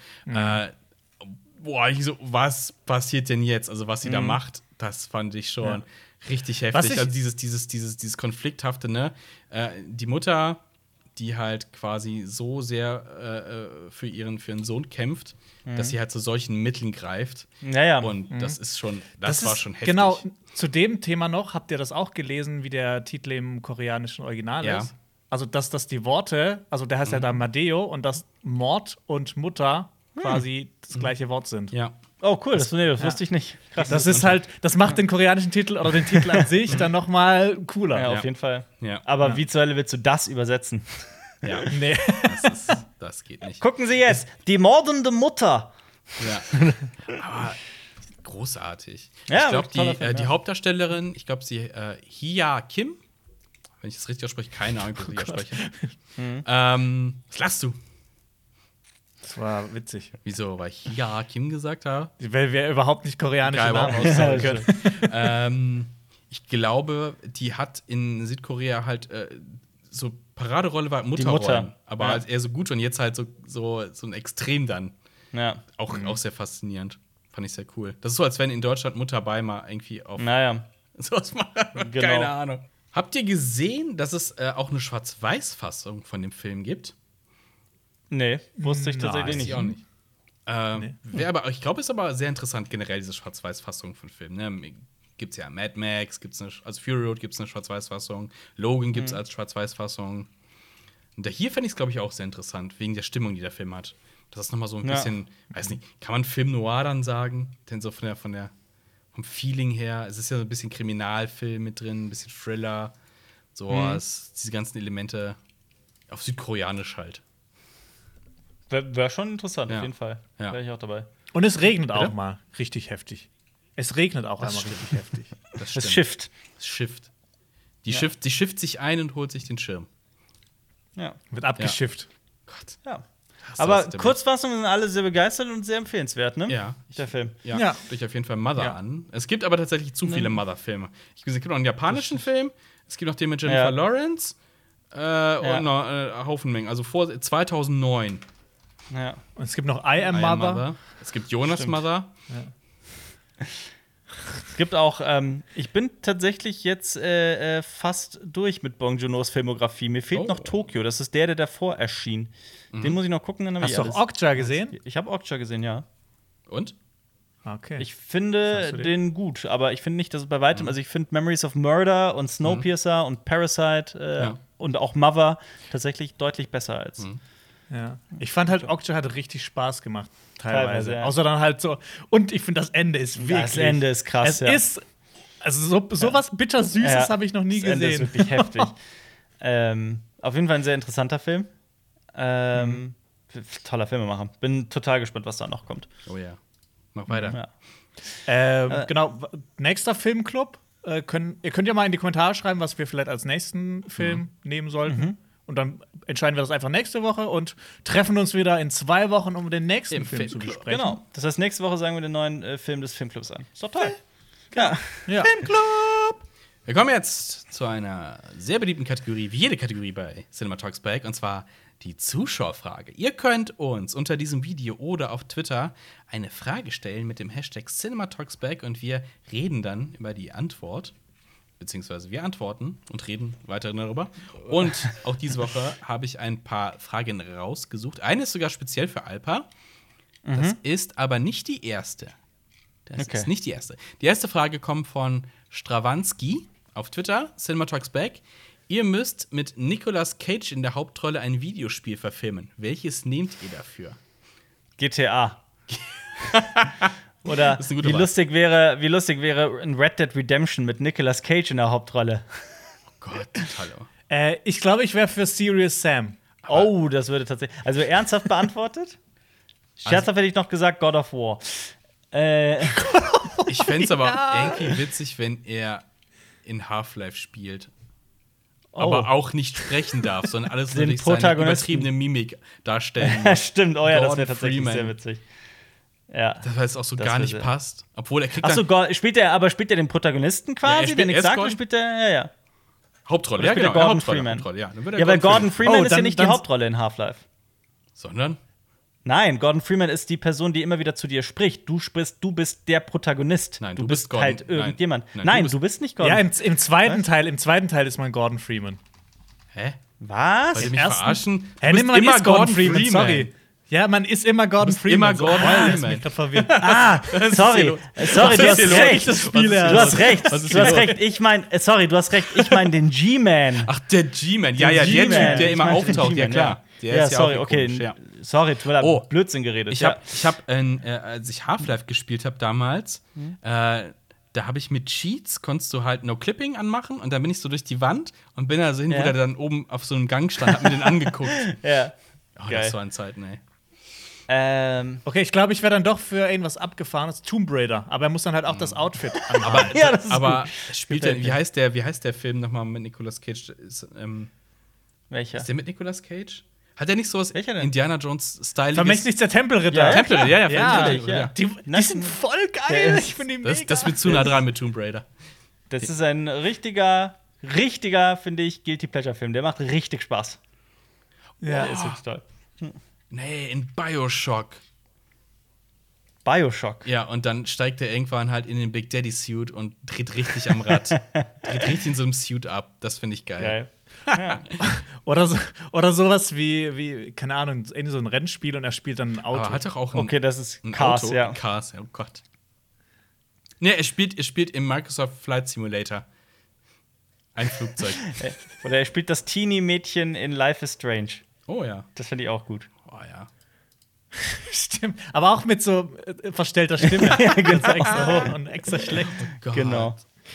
Boah, ich so, was passiert denn jetzt? Also, was sie da macht, das fand ich schon richtig heftig. Also, dieses Konflikthafte, ne? Die Mutter, die halt quasi so sehr für ihren Sohn kämpft, dass sie halt zu solchen Mitteln greift. Ja. Und das ist schon, das war schon heftig. Genau, zu dem Thema noch, habt ihr das auch gelesen, wie der Titel im koreanischen Original Ja. ist? Also, dass die Worte, also der heißt ja da Madeo und dass Mord und Mutter quasi das gleiche Wort sind. Ja. Oh, cool, das wusste ich nicht. Krass. Das ist halt, das macht den koreanischen Titel oder den Titel an sich dann noch mal cooler. Ja, Ja. auf jeden Fall. Ja. Aber wie zur Hölle willst du das übersetzen? Ja, Nee. das geht nicht. Gucken Sie jetzt, die mordende Mutter. Ja. Aber großartig. Ja, ich glaube, toller Film, die ja. Hauptdarstellerin, ich glaube, sie Hia Kim, wenn ich das richtig ausspreche, keine Ahnung, wie ich das ausspreche. Was lachst du? Das war witzig. Wieso? Weil ich Hia Kim gesagt habe? Weil wir überhaupt nicht koreanische Geil, Namen aber- aussprechen können. Ich glaube, die hat in Südkorea halt so Paraderolle war Mutterrollen, Mutter, aber ja. halt eher so gut und jetzt halt so ein Extrem dann. Ja. Auch sehr faszinierend. Fand ich sehr cool. Das ist so, als wenn in Deutschland Mutter bei mal irgendwie auf Naja. sowas macht. Genau. Keine Ahnung. Habt ihr gesehen, dass es auch eine Schwarz-Weiß-Fassung von dem Film gibt? Nee, wusste ich tatsächlich Weiß nicht. ich auch nicht. Ich glaube, es ist aber sehr interessant, generell diese Schwarz-Weiß-Fassung von Filmen. Ne? Gibt's ja Mad Max, also Fury Road gibt es eine Schwarz-Weiß-Fassung, Logan gibt es als Schwarz-Weiß-Fassung. Und hier fände ich es, glaube ich, auch sehr interessant, wegen der Stimmung, die der Film hat. Das ist nochmal so ein Ja. bisschen, weiß nicht, kann man Film Noir dann sagen? Denn so vom Feeling her, es ist ja so ein bisschen Kriminalfilm mit drin, ein bisschen Thriller, diese ganzen Elemente auf Südkoreanisch halt. Wäre schon interessant, Ja. auf jeden Fall. Ja. Wäre ich auch dabei. Und es regnet auch Bitte? mal richtig heftig. Es regnet auch einmal stimmt. richtig heftig. Das Das Shift. Es schifft. Die Ja. schifft sich ein und holt sich den Schirm. Ja. Wird abgeschifft. Gott. Ja. Aber Kurzfassung sind alle sehr begeistert und sehr empfehlenswert, ne? Ja. Der Film. Ja, Ja. guckt euch auf jeden Fall Mother an. Es gibt aber tatsächlich zu viele Mother-Filme. Es gibt noch einen japanischen Film, es gibt noch den mit Jennifer Lawrence und noch Haufen Mengen. Also vor 2009. Ja. Und es gibt noch I Am Mother. Es gibt Jonas Mother. Es gibt auch, ich bin tatsächlich jetzt fast durch mit Bong Joon-ho's Filmografie. Mir fehlt noch Tokyo. Das ist der davor erschien. Den muss ich noch gucken. Dann hab Hast ich du auch alles. Okja gesehen? Ich habe Okja gesehen, ja. Und? Okay. Ich finde den gut, aber ich finde nicht, dass es bei weitem. Also ich finde Memories of Murder und Snowpiercer und Parasite und auch Mother tatsächlich deutlich besser als. Ja. Ich fand halt, Okja hat richtig Spaß gemacht, teilweise. ja. Außer dann halt so. Und ich finde, das Ende ist wirklich. Das Ende ist krass. Es ist. Also sowas bittersüßes habe ich noch nie das Ende gesehen. ist wirklich heftig. Auf jeden Fall ein sehr interessanter Film. Toller Filmemacher. Bin total gespannt, was da noch kommt. Oh ja. Mach weiter. Ja. Genau, nächster Filmclub. Ihr könnt ja mal in die Kommentare schreiben, was wir vielleicht als nächsten Film nehmen sollten. Und dann entscheiden wir das einfach nächste Woche und treffen uns wieder in 2 Wochen, um den nächsten Im Film zu Filmclub. besprechen. Genau. Das heißt, nächste Woche sagen wir den neuen Film des Filmclubs an. Ist doch toll. Ja. Filmclub! Wir kommen jetzt zu einer sehr beliebten Kategorie, wie jede Kategorie bei Cinema Talks Back, und zwar die Zuschauerfrage. Ihr könnt uns unter diesem Video oder auf Twitter eine Frage stellen mit dem Hashtag Cinema Talks Back und wir reden dann über die Antwort. Beziehungsweise wir antworten und reden weiter darüber. Und auch diese Woche habe ich ein paar Fragen rausgesucht. Eine ist sogar speziell für Alpa. Das ist aber nicht die erste. Das ist nicht die erste. Die erste Frage kommt von Strawanski auf Twitter, Cinema Talks Back. Ihr müsst mit Nicolas Cage in der Hauptrolle ein Videospiel verfilmen. Welches nehmt ihr dafür? GTA. Oder Das ist eine gute wie Wahl. lustig wäre ein Red Dead Redemption mit Nicolas Cage in der Hauptrolle. Oh Gott, hallo. Ich glaube, ich wäre für Serious Sam. Oh, das würde tatsächlich. Also ernsthaft beantwortet? Scherzhaft hätte ich noch gesagt God of War. Ich fände es aber irgendwie witzig, wenn er in Half-Life spielt. Aber auch nicht sprechen darf, sondern alles Den durch seine Protagonisten. übertriebene Mimik darstellen Ja, muss. stimmt. Oh ja, das Gordon wäre tatsächlich Freeman. sehr witzig. Ja. Das heißt auch so Das gar wär nicht sehr- passt. Obwohl er kriegt Achso, dann spielt er den Protagonisten quasi, spielt- der nichts er ist sagt, oder Gordon- spielt er, ja. Hauptrolle. Oder spielt er Gordon Freeman? Hauptrolle, ja. Dann wird er Ja, weil Gordon Freeman Oh, ist ja dann- nicht die dann- Hauptrolle in Half-Life. Sondern? Nein, Gordon Freeman ist die Person, die immer wieder zu dir spricht. Du bist der Protagonist. Nein, du du bist bist Gordon. halt irgendjemand. Nein, Nein, du du bist nicht Gordon. Ja, im zweiten Teil ist man Gordon Freeman. Hä? Was? Wollt ihr mich ersten- verarschen? Hä, bist man ist Gordon Freeman, sorry. Ja, man ist immer Gordon bist Freeman. immer Gordon Das Freeman. mich grad verwirrt. Sorry, los? sorry, du ist hast hier los? recht. Das Spiel Du hast recht. Was ist Du hast hier recht. Ich meine, sorry, du hast recht. Ich meine den G-Man. Ach, der G-Man. Ja, ja, der G-Man. Typ, der Ich immer meinte den auftaucht. Ja, G-Man, klar. Der Ja, ist sorry, auch okay. komisch, ja. Sorry, du hast Oh. Blödsinn geredet. Ich hab, als ich Half-Life gespielt habe damals, da habe ich mit Cheats, konntest du halt No-Clipping anmachen und dann bin ich so durch die Wand und bin da so hin, Ja. wo der dann oben auf so einem Gang stand, hab mir den angeguckt. Ja. Oh, Geil. das waren Zeiten, ey. Okay, ich glaube, ich wäre dann doch für irgendwas Abgefahrenes. Tomb Raider. Aber er muss dann halt auch das Outfit anhaben. Ja, das ist Aber gut. spielt Gefällt der, wie heißt der Film nochmal mit Nicolas Cage? Ist Welcher? der mit Nicolas Cage? Hat er nicht sowas Welcher denn? Indiana Jones-Styliges? Vermächtnis der Tempelritter. Ja, Tempel, ja, Ja, Vermächtnis der ja. Tempel, Die sind voll geil. Ich finde die mega. Das wird zu nah dran mit Tomb Raider. Das ist ein richtiger, finde ich, Guilty Pleasure-Film. Der macht richtig Spaß. Ja. Der ist wirklich toll. Nee, in Bioshock. Bioshock. Ja, und dann steigt er irgendwann halt in den Big Daddy Suit und dreht richtig am Rad. Dreht richtig in so einem Suit ab. Das finde ich geil. Geil. Oder sowas wie, keine Ahnung, irgendwie so ein Rennspiel und er spielt dann ein Auto. Aber hat doch auch ein, Okay, das ist ein Cars, Auto. ja. Cars, oh Gott. Nee, er spielt im Microsoft Flight Simulator. Ein Flugzeug. Oder er spielt das Teenie-Mädchen in Life is Strange. Oh ja. Das finde ich auch gut. Oh ja. Stimmt. Aber auch mit so verstellter Stimme. ja, genau. Extra hoch und extra schlecht. Gott. Genau.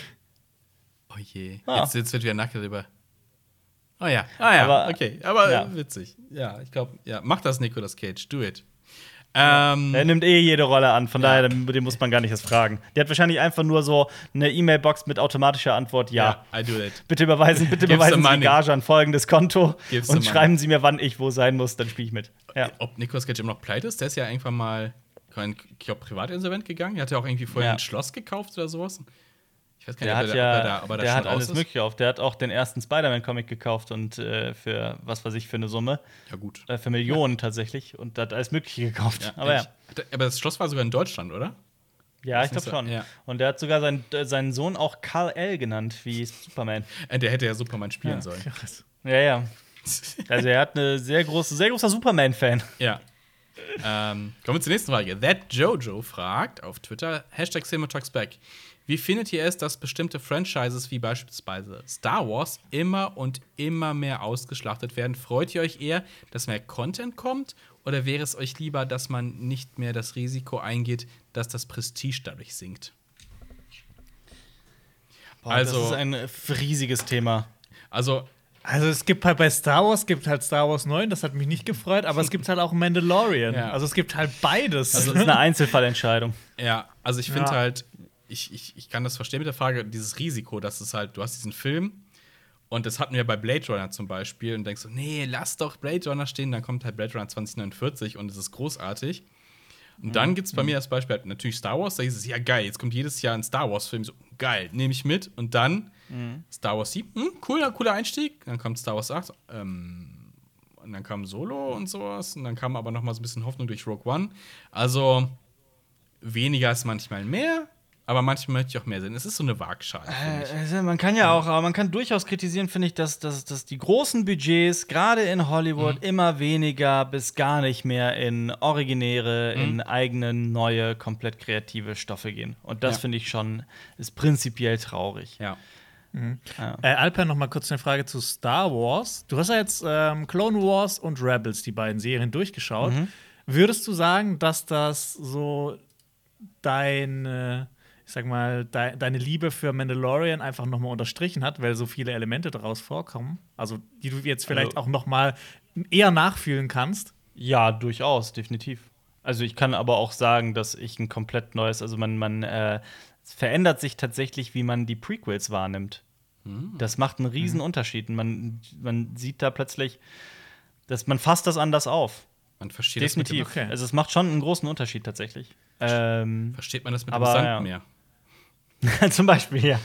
Oh je. Ah. Jetzt wird wieder nackt drüber. Oh ja. Ah ja, Aber- okay. Aber ja. witzig. Ja, ich glaube, ja. Mach das, Nicolas Cage. Do it. Er nimmt jede Rolle an, von daher, den muss man gar nicht erst fragen. Der hat wahrscheinlich einfach nur so eine E-Mail-Box mit automatischer Antwort, ja. I do it. Bitte überweisen Sie die Gage an folgendes Konto und schreiben Sie mir, wann ich wo sein muss, dann spiele ich mit. Ja. Ob Nicolas Cage immer noch pleite ist, der ist ja irgendwann mal, ich glaube, privatinsolvent gegangen. Er hat ja auch irgendwie vorher ein Schloss gekauft oder sowas. Ich weiß gar nicht, der hat alles Mögliche auf. Der hat auch den ersten Spider-Man-Comic gekauft und für, was weiß ich, für eine Summe. Ja, gut. Für Millionen tatsächlich. Und hat alles Mögliche gekauft. Ja, aber das Schloss war sogar in Deutschland, oder? Ja, ich glaube schon. Ja. Und der hat sogar seinen Sohn auch Kal-El genannt, wie Superman. Der hätte ja Superman spielen sollen. Ja. Also er hat eine sehr großer Superman-Fan. Ja. Kommen wir zur nächsten Frage. That Jojo fragt auf Twitter, #CinemaTalksBack. Wie findet ihr es, dass bestimmte Franchises wie beispielsweise Star Wars immer und immer mehr ausgeschlachtet werden? Freut ihr euch eher, dass mehr Content kommt? Oder wäre es euch lieber, dass man nicht mehr das Risiko eingeht, dass das Prestige dadurch sinkt? Das ist ein riesiges Thema. Also es gibt halt bei Star Wars, Star Wars 9, das hat mich nicht gefreut, aber es gibt halt auch Mandalorian. Ja. Also es gibt halt beides. Also es ist eine Einzelfallentscheidung. Ja, also ich finde halt, ich kann das verstehen mit der Frage, dieses Risiko, dass es halt, du hast diesen Film und das hatten wir bei Blade Runner zum Beispiel und denkst so, nee, lass doch Blade Runner stehen, dann kommt halt Blade Runner 2049 und es ist großartig. Und dann gibt es bei mir das Beispiel halt natürlich Star Wars, da hieß es, ja geil, jetzt kommt jedes Jahr ein Star Wars-Film, so geil, nehme ich mit. Und dann Star Wars 7, cooler Einstieg. Dann kommt Star Wars 8, und dann kam Solo und sowas. Und dann kam aber noch mal so ein bisschen Hoffnung durch Rogue One. Also weniger ist manchmal mehr. Aber manchmal möchte ich auch mehr sehen. Es ist so eine Waagschale. Man kann durchaus kritisieren, finde ich, dass die großen Budgets, gerade in Hollywood, immer weniger bis gar nicht mehr in originäre, in eigene, neue, komplett kreative Stoffe gehen. Und das finde ich schon, ist prinzipiell traurig. Ja. Alper, noch mal kurz eine Frage zu Star Wars. Du hast ja jetzt Clone Wars und Rebels, die beiden Serien, durchgeschaut. Würdest du sagen, dass das so deine Liebe für Mandalorian einfach noch mal unterstrichen hat, weil so viele Elemente daraus vorkommen? Also, die du jetzt vielleicht auch noch mal eher nachfühlen kannst? Ja, durchaus, definitiv. Also, ich kann aber auch sagen, dass ich ein komplett neues, also es verändert sich tatsächlich, wie man die Prequels wahrnimmt. Das macht einen riesen Unterschied. Man sieht da plötzlich, dass man fasst das anders auf. Man versteht definitiv. Das mit Also, es macht schon einen großen Unterschied tatsächlich. Versteht man das mit dem Sandmeer? Zum Beispiel, ja.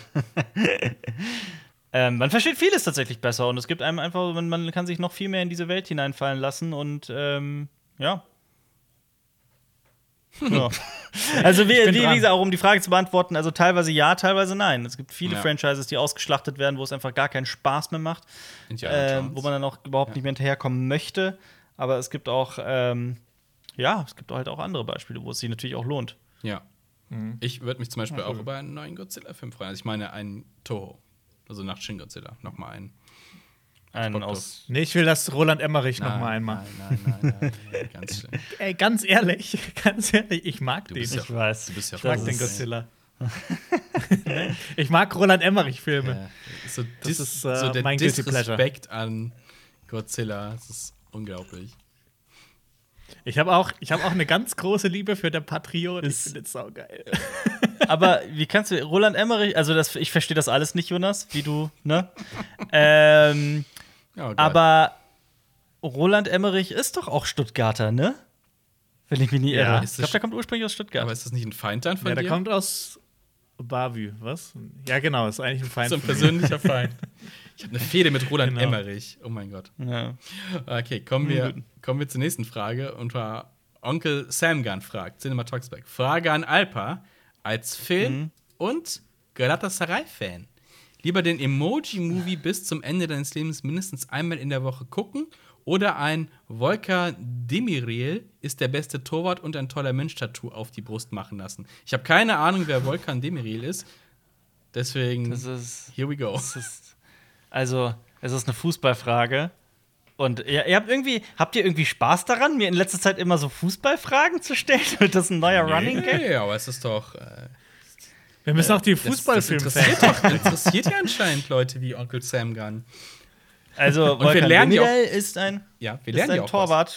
Man versteht vieles tatsächlich besser und es gibt einem einfach, man kann sich noch viel mehr in diese Welt hineinfallen lassen und ja. Also wie gesagt, auch um die Frage zu beantworten, also teilweise ja, teilweise nein. Es gibt viele Franchises, die ausgeschlachtet werden, wo es einfach gar keinen Spaß mehr macht, wo man dann auch überhaupt nicht mehr hinterherkommen möchte. Aber es gibt auch, es gibt halt auch andere Beispiele, wo es sich natürlich auch lohnt. Ja. Ich würde mich zum Beispiel auch über einen neuen Godzilla-Film freuen. Also ich meine einen Toho, also nach Shin Godzilla, nochmal einen. Nee, ich will das Roland Emmerich noch mal einmal. Nein, ganz schlimm. Ey, ganz ehrlich, ich mag den. Ich weiß. Du bist ja ich mag den Godzilla. Ich mag Roland Emmerich-Filme. Das ist der mein Disrespect an Godzilla. Das ist unglaublich. Ich habe auch eine ganz große Liebe für der Patriot. Ich finde es saugeil. Aber wie kannst du Roland Emmerich, also ich verstehe das alles nicht, Jonas, wie du, ne? Aber Roland Emmerich ist doch auch Stuttgarter, ne? Wenn ich mich nie irre. Ich glaube, der kommt ursprünglich aus Stuttgart. Aber ist das nicht ein Feind dann von dir? Ja, der kommt aus Bavü, was? Ja, genau, ist eigentlich ein Feind. So ein persönlicher Feind. Ich habe eine Fehde mit Roland Emmerich. Oh mein Gott. Ja. Okay, kommen wir zur nächsten Frage. Und zwar Onkel Samgan fragt, CinemaTalksBack. Frage an Alpa als Film- und Galatasaray-Fan. Lieber den Emoji-Movie bis zum Ende deines Lebens mindestens einmal in der Woche gucken oder ein Volker Demirel ist der beste Torwart und ein toller Mensch-Tattoo auf die Brust machen lassen. Ich habe keine Ahnung, wer Volker Demirel ist. Deswegen, here we go. Es ist eine Fußballfrage. Und habt ihr irgendwie Spaß daran, mir in letzter Zeit immer so Fußballfragen zu stellen? Wird das ein neuer Running Gag? Nee, aber es ist doch. Wir müssen auch die Fußballfilme interessiert ja anscheinend Leute wie Onkel Sam Gun. Also, und wir lernen ja ist ein Torwart.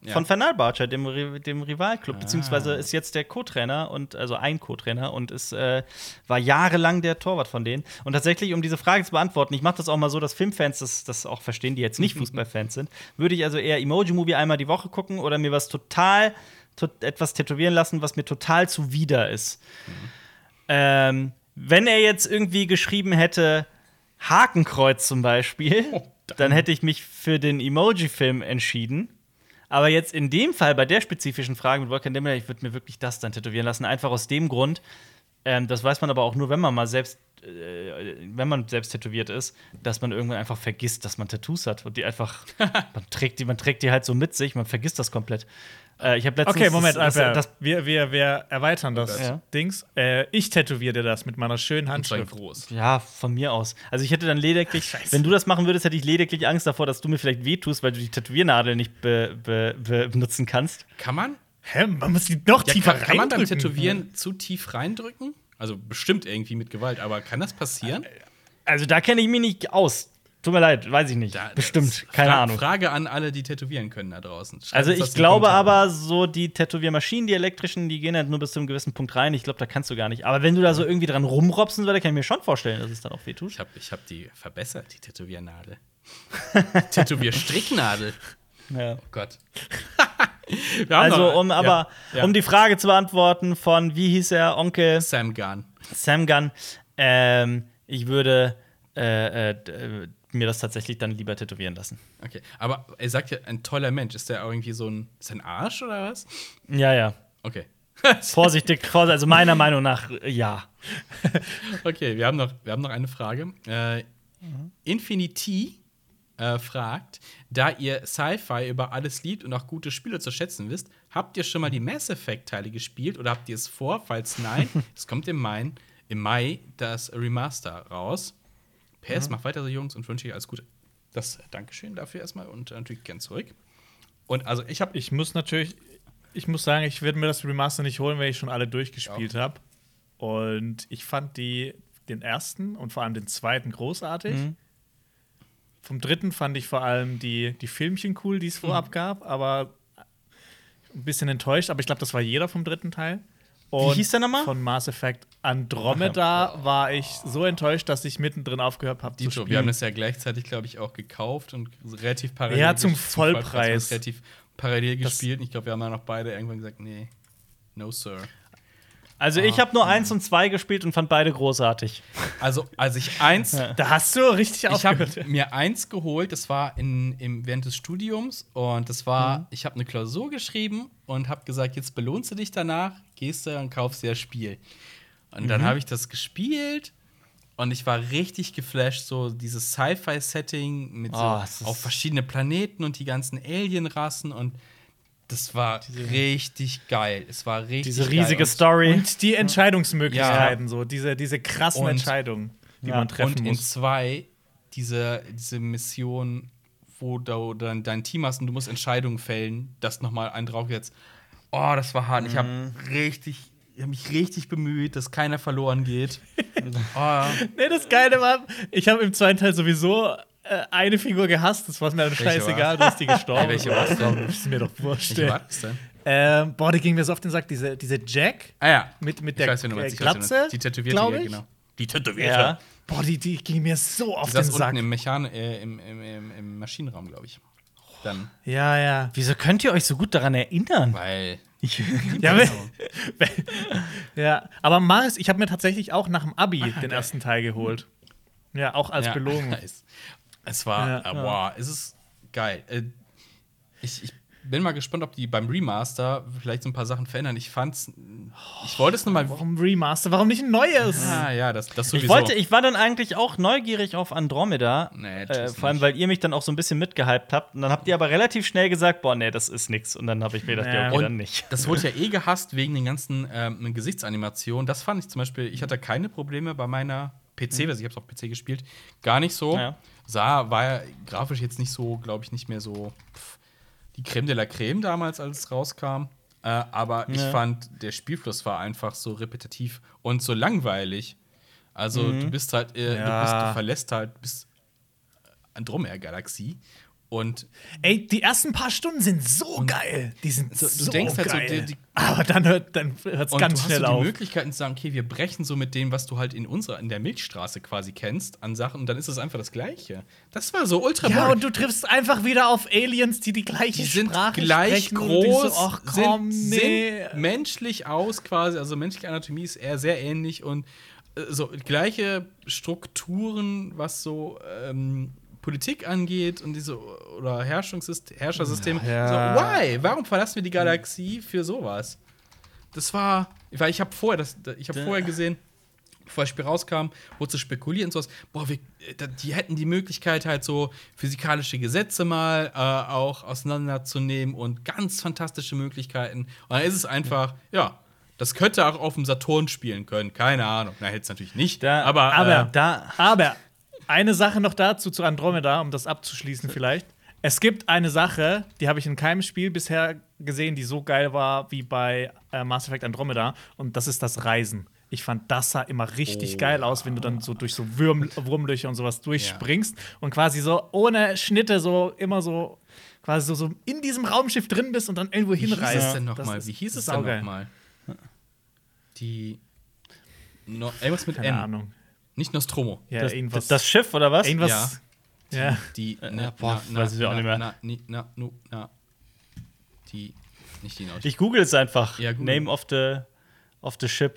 von Fenerbahce, dem Rivalclub, beziehungsweise ist jetzt der Co-Trainer und also ein Co-Trainer und war jahrelang der Torwart von denen. Und tatsächlich, um diese Frage zu beantworten, ich mache das auch mal so, dass Filmfans das auch verstehen, die jetzt nicht Fußballfans sind, würde ich also eher Emoji-Movie einmal die Woche gucken oder mir etwas tätowieren lassen, was mir total zuwider ist. Wenn er jetzt irgendwie geschrieben hätte, Hakenkreuz zum Beispiel, dann hätte ich mich für den Emoji-Film entschieden. Aber jetzt in dem Fall, bei der spezifischen Frage mit Volkan Demirel, ich würde mir wirklich das dann tätowieren lassen. Einfach aus dem Grund, das weiß man aber auch nur, wenn man selbst tätowiert ist, dass man irgendwann einfach vergisst, dass man Tattoos hat. Und die einfach, man trägt die halt so mit sich, man vergisst das komplett. Ich habe letztens. Okay, Moment, wir erweitern das Dings. Ich tätowiere dir das mit meiner schönen Handschrift. Groß. Ja, von mir aus. Also ich hätte dann lediglich, wenn du das machen würdest, hätte ich lediglich Angst davor, dass du mir vielleicht wehtust, weil du die Tätowiernadel nicht benutzen kannst. Kann man? Hä? Man muss die noch tiefer reindrücken. Kann man beim Tätowieren zu tief reindrücken? Also bestimmt irgendwie mit Gewalt, aber kann das passieren? Also da kenne ich mich nicht aus. Tut mir leid, weiß ich nicht. Bestimmt, keine Ahnung. Frage an alle, die tätowieren können da draußen. Also ich glaube aber, so die Tätowiermaschinen, die elektrischen, die gehen halt nur bis zu einem gewissen Punkt rein. Ich glaube, da kannst du gar nicht. Aber wenn du da so irgendwie dran rumropsen würdest, kann ich mir schon vorstellen, dass es dann auch wehtut. Ich hab die verbessert, die Tätowiernadel. Tätowierstricknadel. Ja. Oh Gott. Also, um die Frage zu beantworten von, wie hieß er, Onkel? Sam Gunn. Ich würde mir das tatsächlich dann lieber tätowieren lassen. Okay, aber er sagt ja, ein toller Mensch. Ist der irgendwie ist ein Arsch oder was? Ja. Okay. Vorsichtig, also meiner Meinung nach, ja. Okay, wir haben noch eine Frage. Infinity fragt, da ihr Sci-Fi über alles liebt und auch gute Spiele zu schätzen wisst, habt ihr schon mal die Mass Effect-Teile gespielt oder habt ihr es vor? Falls nein, es kommt im Mai das Remaster raus. PS, macht weiter so, Jungs, und wünsche euch alles Gute. Dankeschön dafür erstmal und natürlich gern zurück. Und also ich muss sagen, ich werde mir das Remaster nicht holen, weil ich schon alle durchgespielt habe. Und ich fand den ersten und vor allem den zweiten großartig. Vom dritten fand ich vor allem die Filmchen cool, die es vorab gab, aber ein bisschen enttäuscht. Aber ich glaube, das war jeder vom dritten Teil. Und wie hieß der nochmal? Von Mass Effect Andromeda war ich so enttäuscht, dass ich mittendrin aufgehört habe zu spielen. Wir haben das ja gleichzeitig, glaube ich, auch gekauft und relativ parallel. Ja, zum Vollpreis. Relativ parallel gespielt. Und ich glaube, wir haben dann auch beide irgendwann gesagt, nee, no sir. Also ich habe nur 1 und 2 gespielt und fand beide großartig. Also als ich 1, da hast du richtig aufgehört. Ich habe mir 1 geholt, das war während des Studiums und das war, ich habe eine Klausur geschrieben und habe gesagt, jetzt belohnst du dich danach, gehst du und kaufst dir das Spiel. Und dann habe ich das gespielt und ich war richtig geflasht, so dieses Sci-Fi-Setting mit auf verschiedene Planeten und die ganzen Alien-Rassen und das war richtig geil. Es war richtig diese riesige Story. Und die Entscheidungsmöglichkeiten, so diese krassen Entscheidungen, die man treffen muss. Und in 2 diese Mission, wo du dann dein Team hast und du musst Entscheidungen fällen, das nochmal einen draufgesetzt. Oh, das war hart. Ich habe mich richtig bemüht, dass keiner verloren geht. Nee, das Geile war, ich habe im zweiten Teil sowieso eine Figur gehasst, das war mir dann scheißegal, du hast die gestorben. Welche war das? Das ist mir doch wurscht. Welche war das denn? Die ging mir so auf den Sack, diese Jack mit der Glatze, die Tätowierte, glaube ich. Genau. Die Tätowierte. Ja. Boah, die ging mir so auf den Sack. Unten im Maschinenraum, glaube ich. Dann. Ja. Wieso könnt ihr euch so gut daran erinnern? Weil ja, aber Marius, ich habe mir tatsächlich auch nach dem Abi den ersten Teil geholt. Ja, auch als Belohnung. Nice. Es war, es ist geil. Ich bin mal gespannt, ob die beim Remaster vielleicht so ein paar Sachen verändern. Ich wollte es nochmal. Warum Remaster? Warum nicht ein neues? Das sowieso. Ich war dann eigentlich auch neugierig auf Andromeda. Nee, vor allem, weil ihr mich dann auch so ein bisschen mitgehypt habt. Und dann habt ihr aber relativ schnell gesagt, boah, nee, das ist nix. Und dann habe ich mir gedacht, okay, dann nicht. Das wurde ja gehasst wegen den ganzen Gesichtsanimationen. Das fand ich zum Beispiel, ich hatte keine Probleme bei meiner PC, also ich habe es auf PC gespielt, gar nicht so. Ja. War ja grafisch jetzt nicht so, glaube ich, nicht mehr so die Creme de la Creme damals, als es rauskam. Aber ich fand, der Spielfluss war einfach so repetitiv und so langweilig. Also du bist halt, du verlässt halt bis Andromeda-Galaxie Und Ey, die ersten paar Stunden sind so geil. Die sind so denkst halt so, geil. Aber dann hört's und ganz du hast schnell so die auf. Möglichkeiten zu sagen, okay, wir brechen so mit dem, was du halt in der Milchstraße quasi kennst, an Sachen, und dann ist es einfach das Gleiche. Das war so ultra Ja, boring. und du triffst einfach wieder auf Aliens, die gleiche Die sind Sprache gleich sprechen. Und du denkst groß, so, ach komm, nee. sind menschlich aus quasi, also menschliche Anatomie ist eher sehr ähnlich und so gleiche Strukturen, was so Politik angeht und diese oder Herrschersysteme. Ja. So, why? Warum verlassen wir die Galaxie für sowas? Das war, weil ich habe vorher gesehen, bevor das Spiel rauskam, wurde zu spekulieren und sowas. Boah, die hätten die Möglichkeit halt so physikalische Gesetze mal auch auseinanderzunehmen und ganz fantastische Möglichkeiten. Und dann ist es einfach, ja. Das könnte auch auf dem Saturn spielen können, keine Ahnung. Na, hätte es natürlich nicht. Aber eine Sache noch dazu zu Andromeda, um das abzuschließen vielleicht. Es gibt eine Sache, die habe ich in keinem Spiel bisher gesehen, die so geil war wie bei Mass Effect Andromeda. Und das ist das Reisen. Ich fand, das sah immer richtig geil aus, wenn du dann so durch so Wurmlöcher und sowas durchspringst und quasi so ohne Schnitte so immer so quasi so in diesem Raumschiff drin bist und dann irgendwo hinreist. Wie hieß es denn nochmal? Irgendwas mit Keine N. Ahnung. Nicht Nostromo. Ja, Das Schiff oder was? Irgendwas. Ja. Weiß ich auch nicht mehr. Nicht die Ich google es einfach. Ja, google. Name of the ship.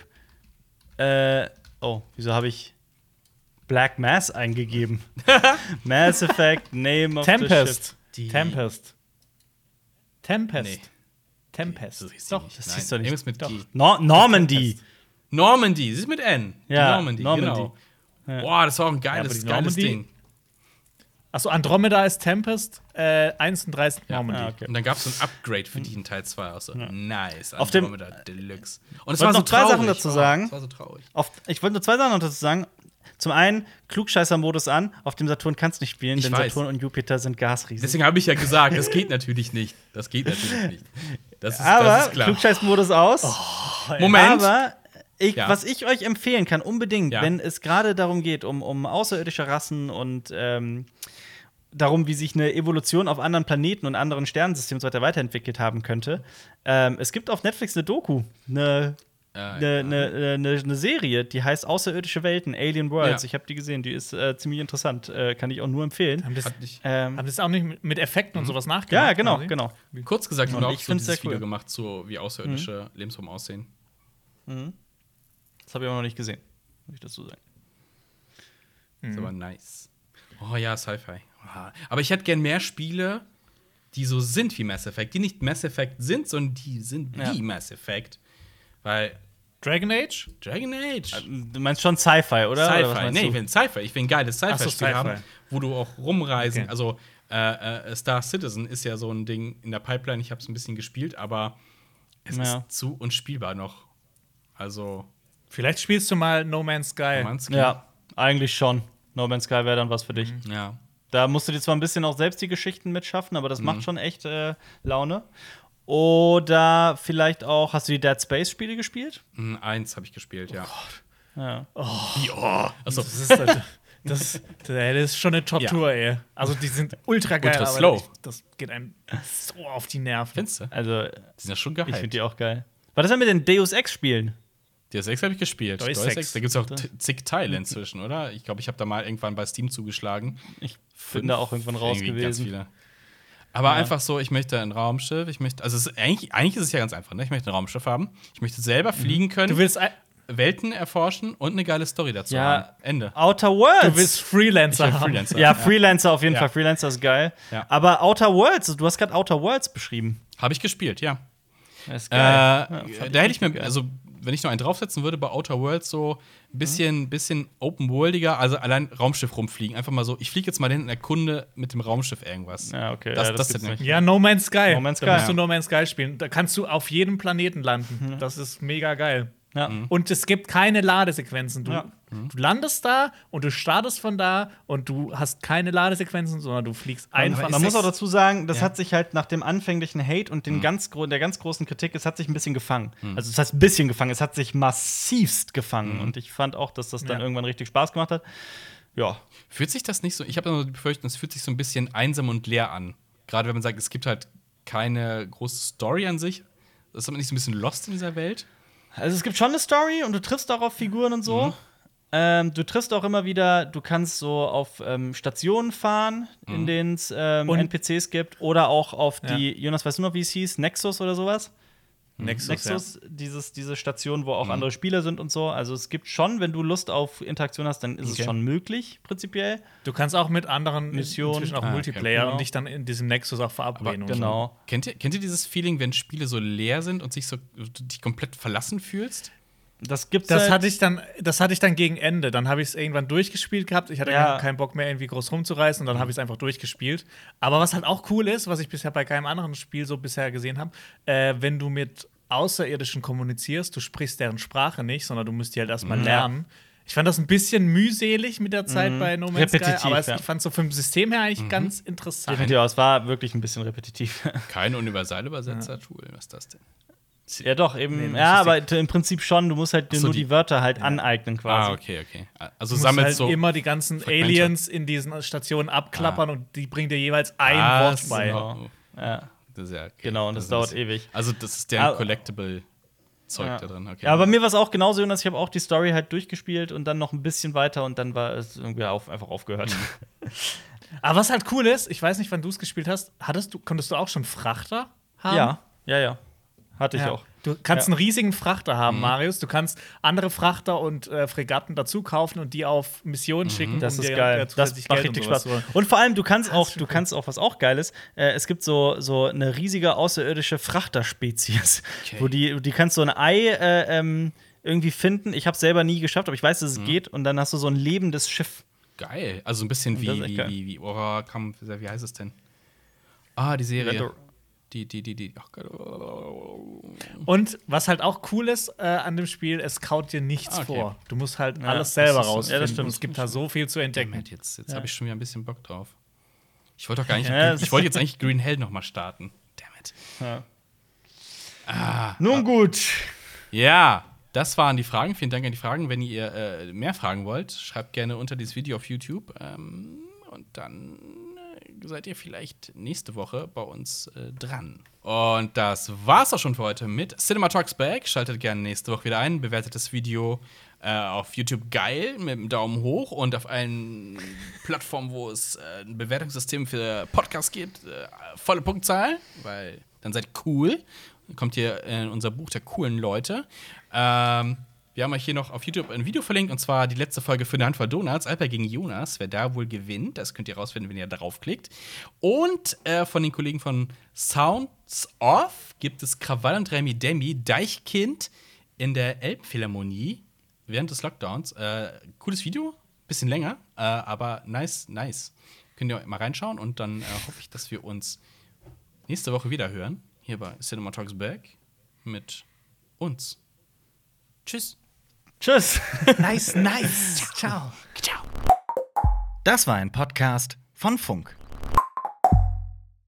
Wieso habe ich Black Mass eingegeben? Mass Effect, Name of Tempest. the ship. Tempest. Nee. Tempest. So hieß Doch, die nicht. das Nein, hieß doch nicht. Irgendwas mit Doch. G. Normandy. Normandy, sie ist mit N. Die Ja, Normandy, Normandy. genau. Boah, das war auch ein aber geiles, die geiles Normandy- Ding. Achso, Andromeda ist Tempest, 1 und 3 ist Normandy. Ah, okay. Und dann gab es so ein Upgrade für die in Teil 2 auch so. Nice, Auf dem- Andromeda Deluxe. Und es wollte war so noch zwei traurig. Sachen dazu sagen. Es war so traurig. Ich wollte nur zwei Sachen noch dazu sagen. Zum einen, Klugscheißer-Modus an. Auf dem Saturn kannst du nicht spielen, Ich denn weiß. Saturn und Jupiter sind Gasriesen. Deswegen habe ich ja gesagt, das geht natürlich nicht. Das geht natürlich nicht. Das Aber ist klar. Klugscheiß-Modus aus. Moment. Aber Ja. was ich euch empfehlen kann, unbedingt, Ja. wenn es gerade darum geht, um außerirdische Rassen und darum, wie sich eine Evolution auf anderen Planeten und anderen Sternensystemen und so weiter weiterentwickelt haben könnte. Es gibt auf Netflix eine Doku, eine Serie, die heißt Außerirdische Welten, Alien Worlds. Ja. Ich habe die gesehen, die ist ziemlich interessant, kann ich auch nur empfehlen. Haben das, Hat nicht- haben das auch nicht mit Effekten und sowas nachgemacht? Ja, genau, quasi? genau. Kurz gesagt, haben Und wir auch ich so find's dieses sehr cool. Video gemacht, so wie außerirdische Lebensformen aussehen. Das habe ich aber noch nicht gesehen, muss ich dazu sagen. Das ist aber nice. Oh ja, Sci-Fi. Ah. Aber ich hätte gern mehr Spiele, die so sind wie Mass Effect. Die nicht Mass Effect sind, sondern die sind wie Mass Effect. Weil Dragon Age? Dragon Age. Du meinst schon Sci-Fi, oder? Oder was Sci-Fi. meinst Nee, du? ich will ein Sci-Fi. Ich will ein geiles Ach so, Sci-Fi-Spiel Sci-Fi. haben, wo du auch rumreisen. Okay. Also Star Citizen ist ja so ein Ding in der Pipeline. Ich habe es ein bisschen gespielt, aber es Ja. ist zu unspielbar noch. Also, Vielleicht spielst du mal No Man's Sky. Romanski. Ja, eigentlich schon. No Man's Sky wäre dann was für dich. Ja. Da musst du dir zwar ein bisschen auch selbst die Geschichten mitschaffen, aber das macht schon echt Laune. Oder vielleicht auch, hast du die Dead Space-Spiele gespielt? 1 habe ich gespielt, ja. Ja. Ja. Also, Das ist schon eine Tortur, ey. Also, die sind ultra geil, Ultra aber slow. das geht einem so auf die Nerven. kennst du? Also, Die sind ja schon ich gehypt. finde die auch geil. Was ist denn mit den Deus Ex-Spielen? Deus Ex habe ich gespielt. Deus Deus Ex. Ex. Da gibt es auch zig Teile inzwischen, oder? Ich glaube, ich habe da mal irgendwann bei Steam zugeschlagen. Ich bin da auch irgendwann raus Irgendwie ganz gewesen. viele. Aber einfach so, ich möchte ein Raumschiff. Also eigentlich ist es ja ganz einfach, ne? Ich möchte ein Raumschiff haben. Ich möchte selber fliegen können, Du willst, Welten erforschen und eine geile Story dazu Ja. haben. Ende. Outer Worlds! du willst Freelancer Ich will haben. Freelancer. Ja, Freelancer auf jeden Ja. Fall. Freelancer ist geil. Ja. Aber Outer Worlds, du hast gerade Outer Worlds beschrieben. Habe ich gespielt, ja. Das ist Da geil. Ja, fand hätte ich mir, geil. also wenn ich noch einen draufsetzen würde bei Outer Worlds, so ein bisschen open-worldiger, also allein Raumschiff rumfliegen. Einfach mal so, ich fliege jetzt mal hin und erkunde mit dem Raumschiff irgendwas. Ja, okay. Das ja, gibt's gibt's nicht. Ja, No Man's Sky. No Man's Da Sky. musst du Ja. No Man's Sky spielen. Da kannst du auf jedem Planeten landen. Das ist mega geil. Ja. Und es gibt keine Ladesequenzen. Du landest da und du startest von da und du hast keine Ladesequenzen, sondern du fliegst einfach. Man muss auch dazu sagen, das Ja. hat sich halt nach dem anfänglichen Hate und der ganz großen Kritik, es hat sich ein bisschen gefangen. Also es hat ein bisschen gefangen, es hat sich massivst gefangen. Und ich fand auch, dass das dann Ja. irgendwann richtig Spaß gemacht hat. ja. Fühlt sich das nicht so, ich habe immer die Befürchtung, es fühlt sich so ein bisschen einsam und leer an. Gerade wenn man sagt, es gibt halt keine große Story an sich. Ist man nicht so ein bisschen lost in dieser Welt? Also es gibt schon eine Story und du triffst auch auf Figuren und so. Du triffst auch immer wieder, du kannst so auf Stationen fahren, in denen es NPCs gibt. Oder auch auf die, Jonas, weißt du noch, wie es hieß? Nexus oder sowas? Nexus, diese Station, wo auch andere Spieler sind und so. Also es gibt schon, wenn du Lust auf Interaktion hast, dann ist es schon möglich, prinzipiell. Du kannst auch mit anderen Missionen, inzwischen auch Multiplayer genau. und dich dann in diesem Nexus auch verabreden. Aber und genau. Kennt ihr dieses Feeling, wenn Spiele so leer sind und du dich komplett verlassen fühlst? Das gibt's Das halt. hatte ich dann gegen Ende. Dann habe ich es irgendwann durchgespielt gehabt. Ich hatte keinen Bock mehr, irgendwie groß rumzureißen. Und dann habe ich es einfach durchgespielt. Aber was halt auch cool ist, was ich bisher bei keinem anderen Spiel so bisher gesehen habe, wenn du mit Außerirdischen kommunizierst, du sprichst deren Sprache nicht, sondern du musst die halt erstmal lernen. Ich fand das ein bisschen mühselig mit der Zeit bei No Man's Sky, aber ich fand es so vom System her eigentlich ganz interessant. Definitiv, es war wirklich ein bisschen repetitiv. Kein Universalübersetzer-Tool, was ist das denn? Ja, doch, eben. Nee, aber im Prinzip schon. Du musst halt so, nur die Wörter halt aneignen quasi. Okay. Also Du musst sammelst halt so immer die ganzen Fragmente. Aliens in diesen Stationen abklappern und die bringen dir jeweils ein Wort bei. genau. Ja. Das ist ja, okay. Genau, und das dauert ewig. Also das ist deren Collectible-Zeug da drin. Okay. Ja, aber mir war es auch genauso, Jonas. Ich habe auch die Story halt durchgespielt und dann noch ein bisschen weiter und dann war es irgendwie einfach aufgehört. Aber was halt cool ist, ich weiß nicht, wann du es gespielt hast, konntest du auch schon Frachter haben? Ja. Hatte ich auch. Du kannst einen riesigen Frachter haben, Marius. Du kannst andere Frachter und Fregatten dazu kaufen und die auf Missionen schicken. Das um ist dir, geil. Das zusätzlich macht Geld richtig und sowas Spaß. zu holen. Und vor allem, du kannst auch, was auch geil ist, es gibt so eine riesige außerirdische Frachterspezies, wo die kannst so ein Ei irgendwie finden. Ich habe es selber nie geschafft, aber ich weiß, dass es geht. Und dann hast du so ein lebendes Schiff. Geil. Also ein bisschen wie heißt es denn? Die Serie. Oh Gott. Und was halt auch cool ist an dem Spiel, es kaut dir nichts vor. Du musst halt alles selber das rausfinden. stimmt. Und es gibt da so viel zu entdecken. Jetzt habe ich schon wieder ein bisschen Bock drauf. Ich wollte doch gar nicht. Ja, ich wollte jetzt eigentlich Green Hell noch mal starten. Damn it. Nun gut. Ja, das waren die Fragen. Vielen Dank an die Fragen. Wenn ihr mehr fragen wollt, schreibt gerne unter dieses Video auf YouTube. Und dann seid ihr vielleicht nächste Woche bei uns dran. Und das war's auch schon für heute mit Cinema Talks Back. Schaltet gerne nächste Woche wieder ein. Bewertet das Video auf YouTube geil mit einem Daumen hoch und auf allen Plattformen, wo es ein Bewertungssystem für Podcasts gibt, volle Punktzahl, weil dann seid ihr cool. Dann kommt ihr in unser Buch der coolen Leute. Wir haben euch hier noch auf YouTube ein Video verlinkt, und zwar die letzte Folge für eine Handvoll Donuts, Alper gegen Jonas. Wer da wohl gewinnt, das könnt ihr rausfinden, wenn ihr darauf klickt. Und von den Kollegen von Sounds Off gibt es Krawall und Remi Demi, Deichkind in der Elbphilharmonie während des Lockdowns. Cooles Video, bisschen länger, aber nice. Könnt ihr mal reinschauen, und dann hoffe ich, dass wir uns nächste Woche wieder hören, hier bei Cinema Talks Back mit uns. Tschüss. Nice. Ciao. Das war ein Podcast von Funk.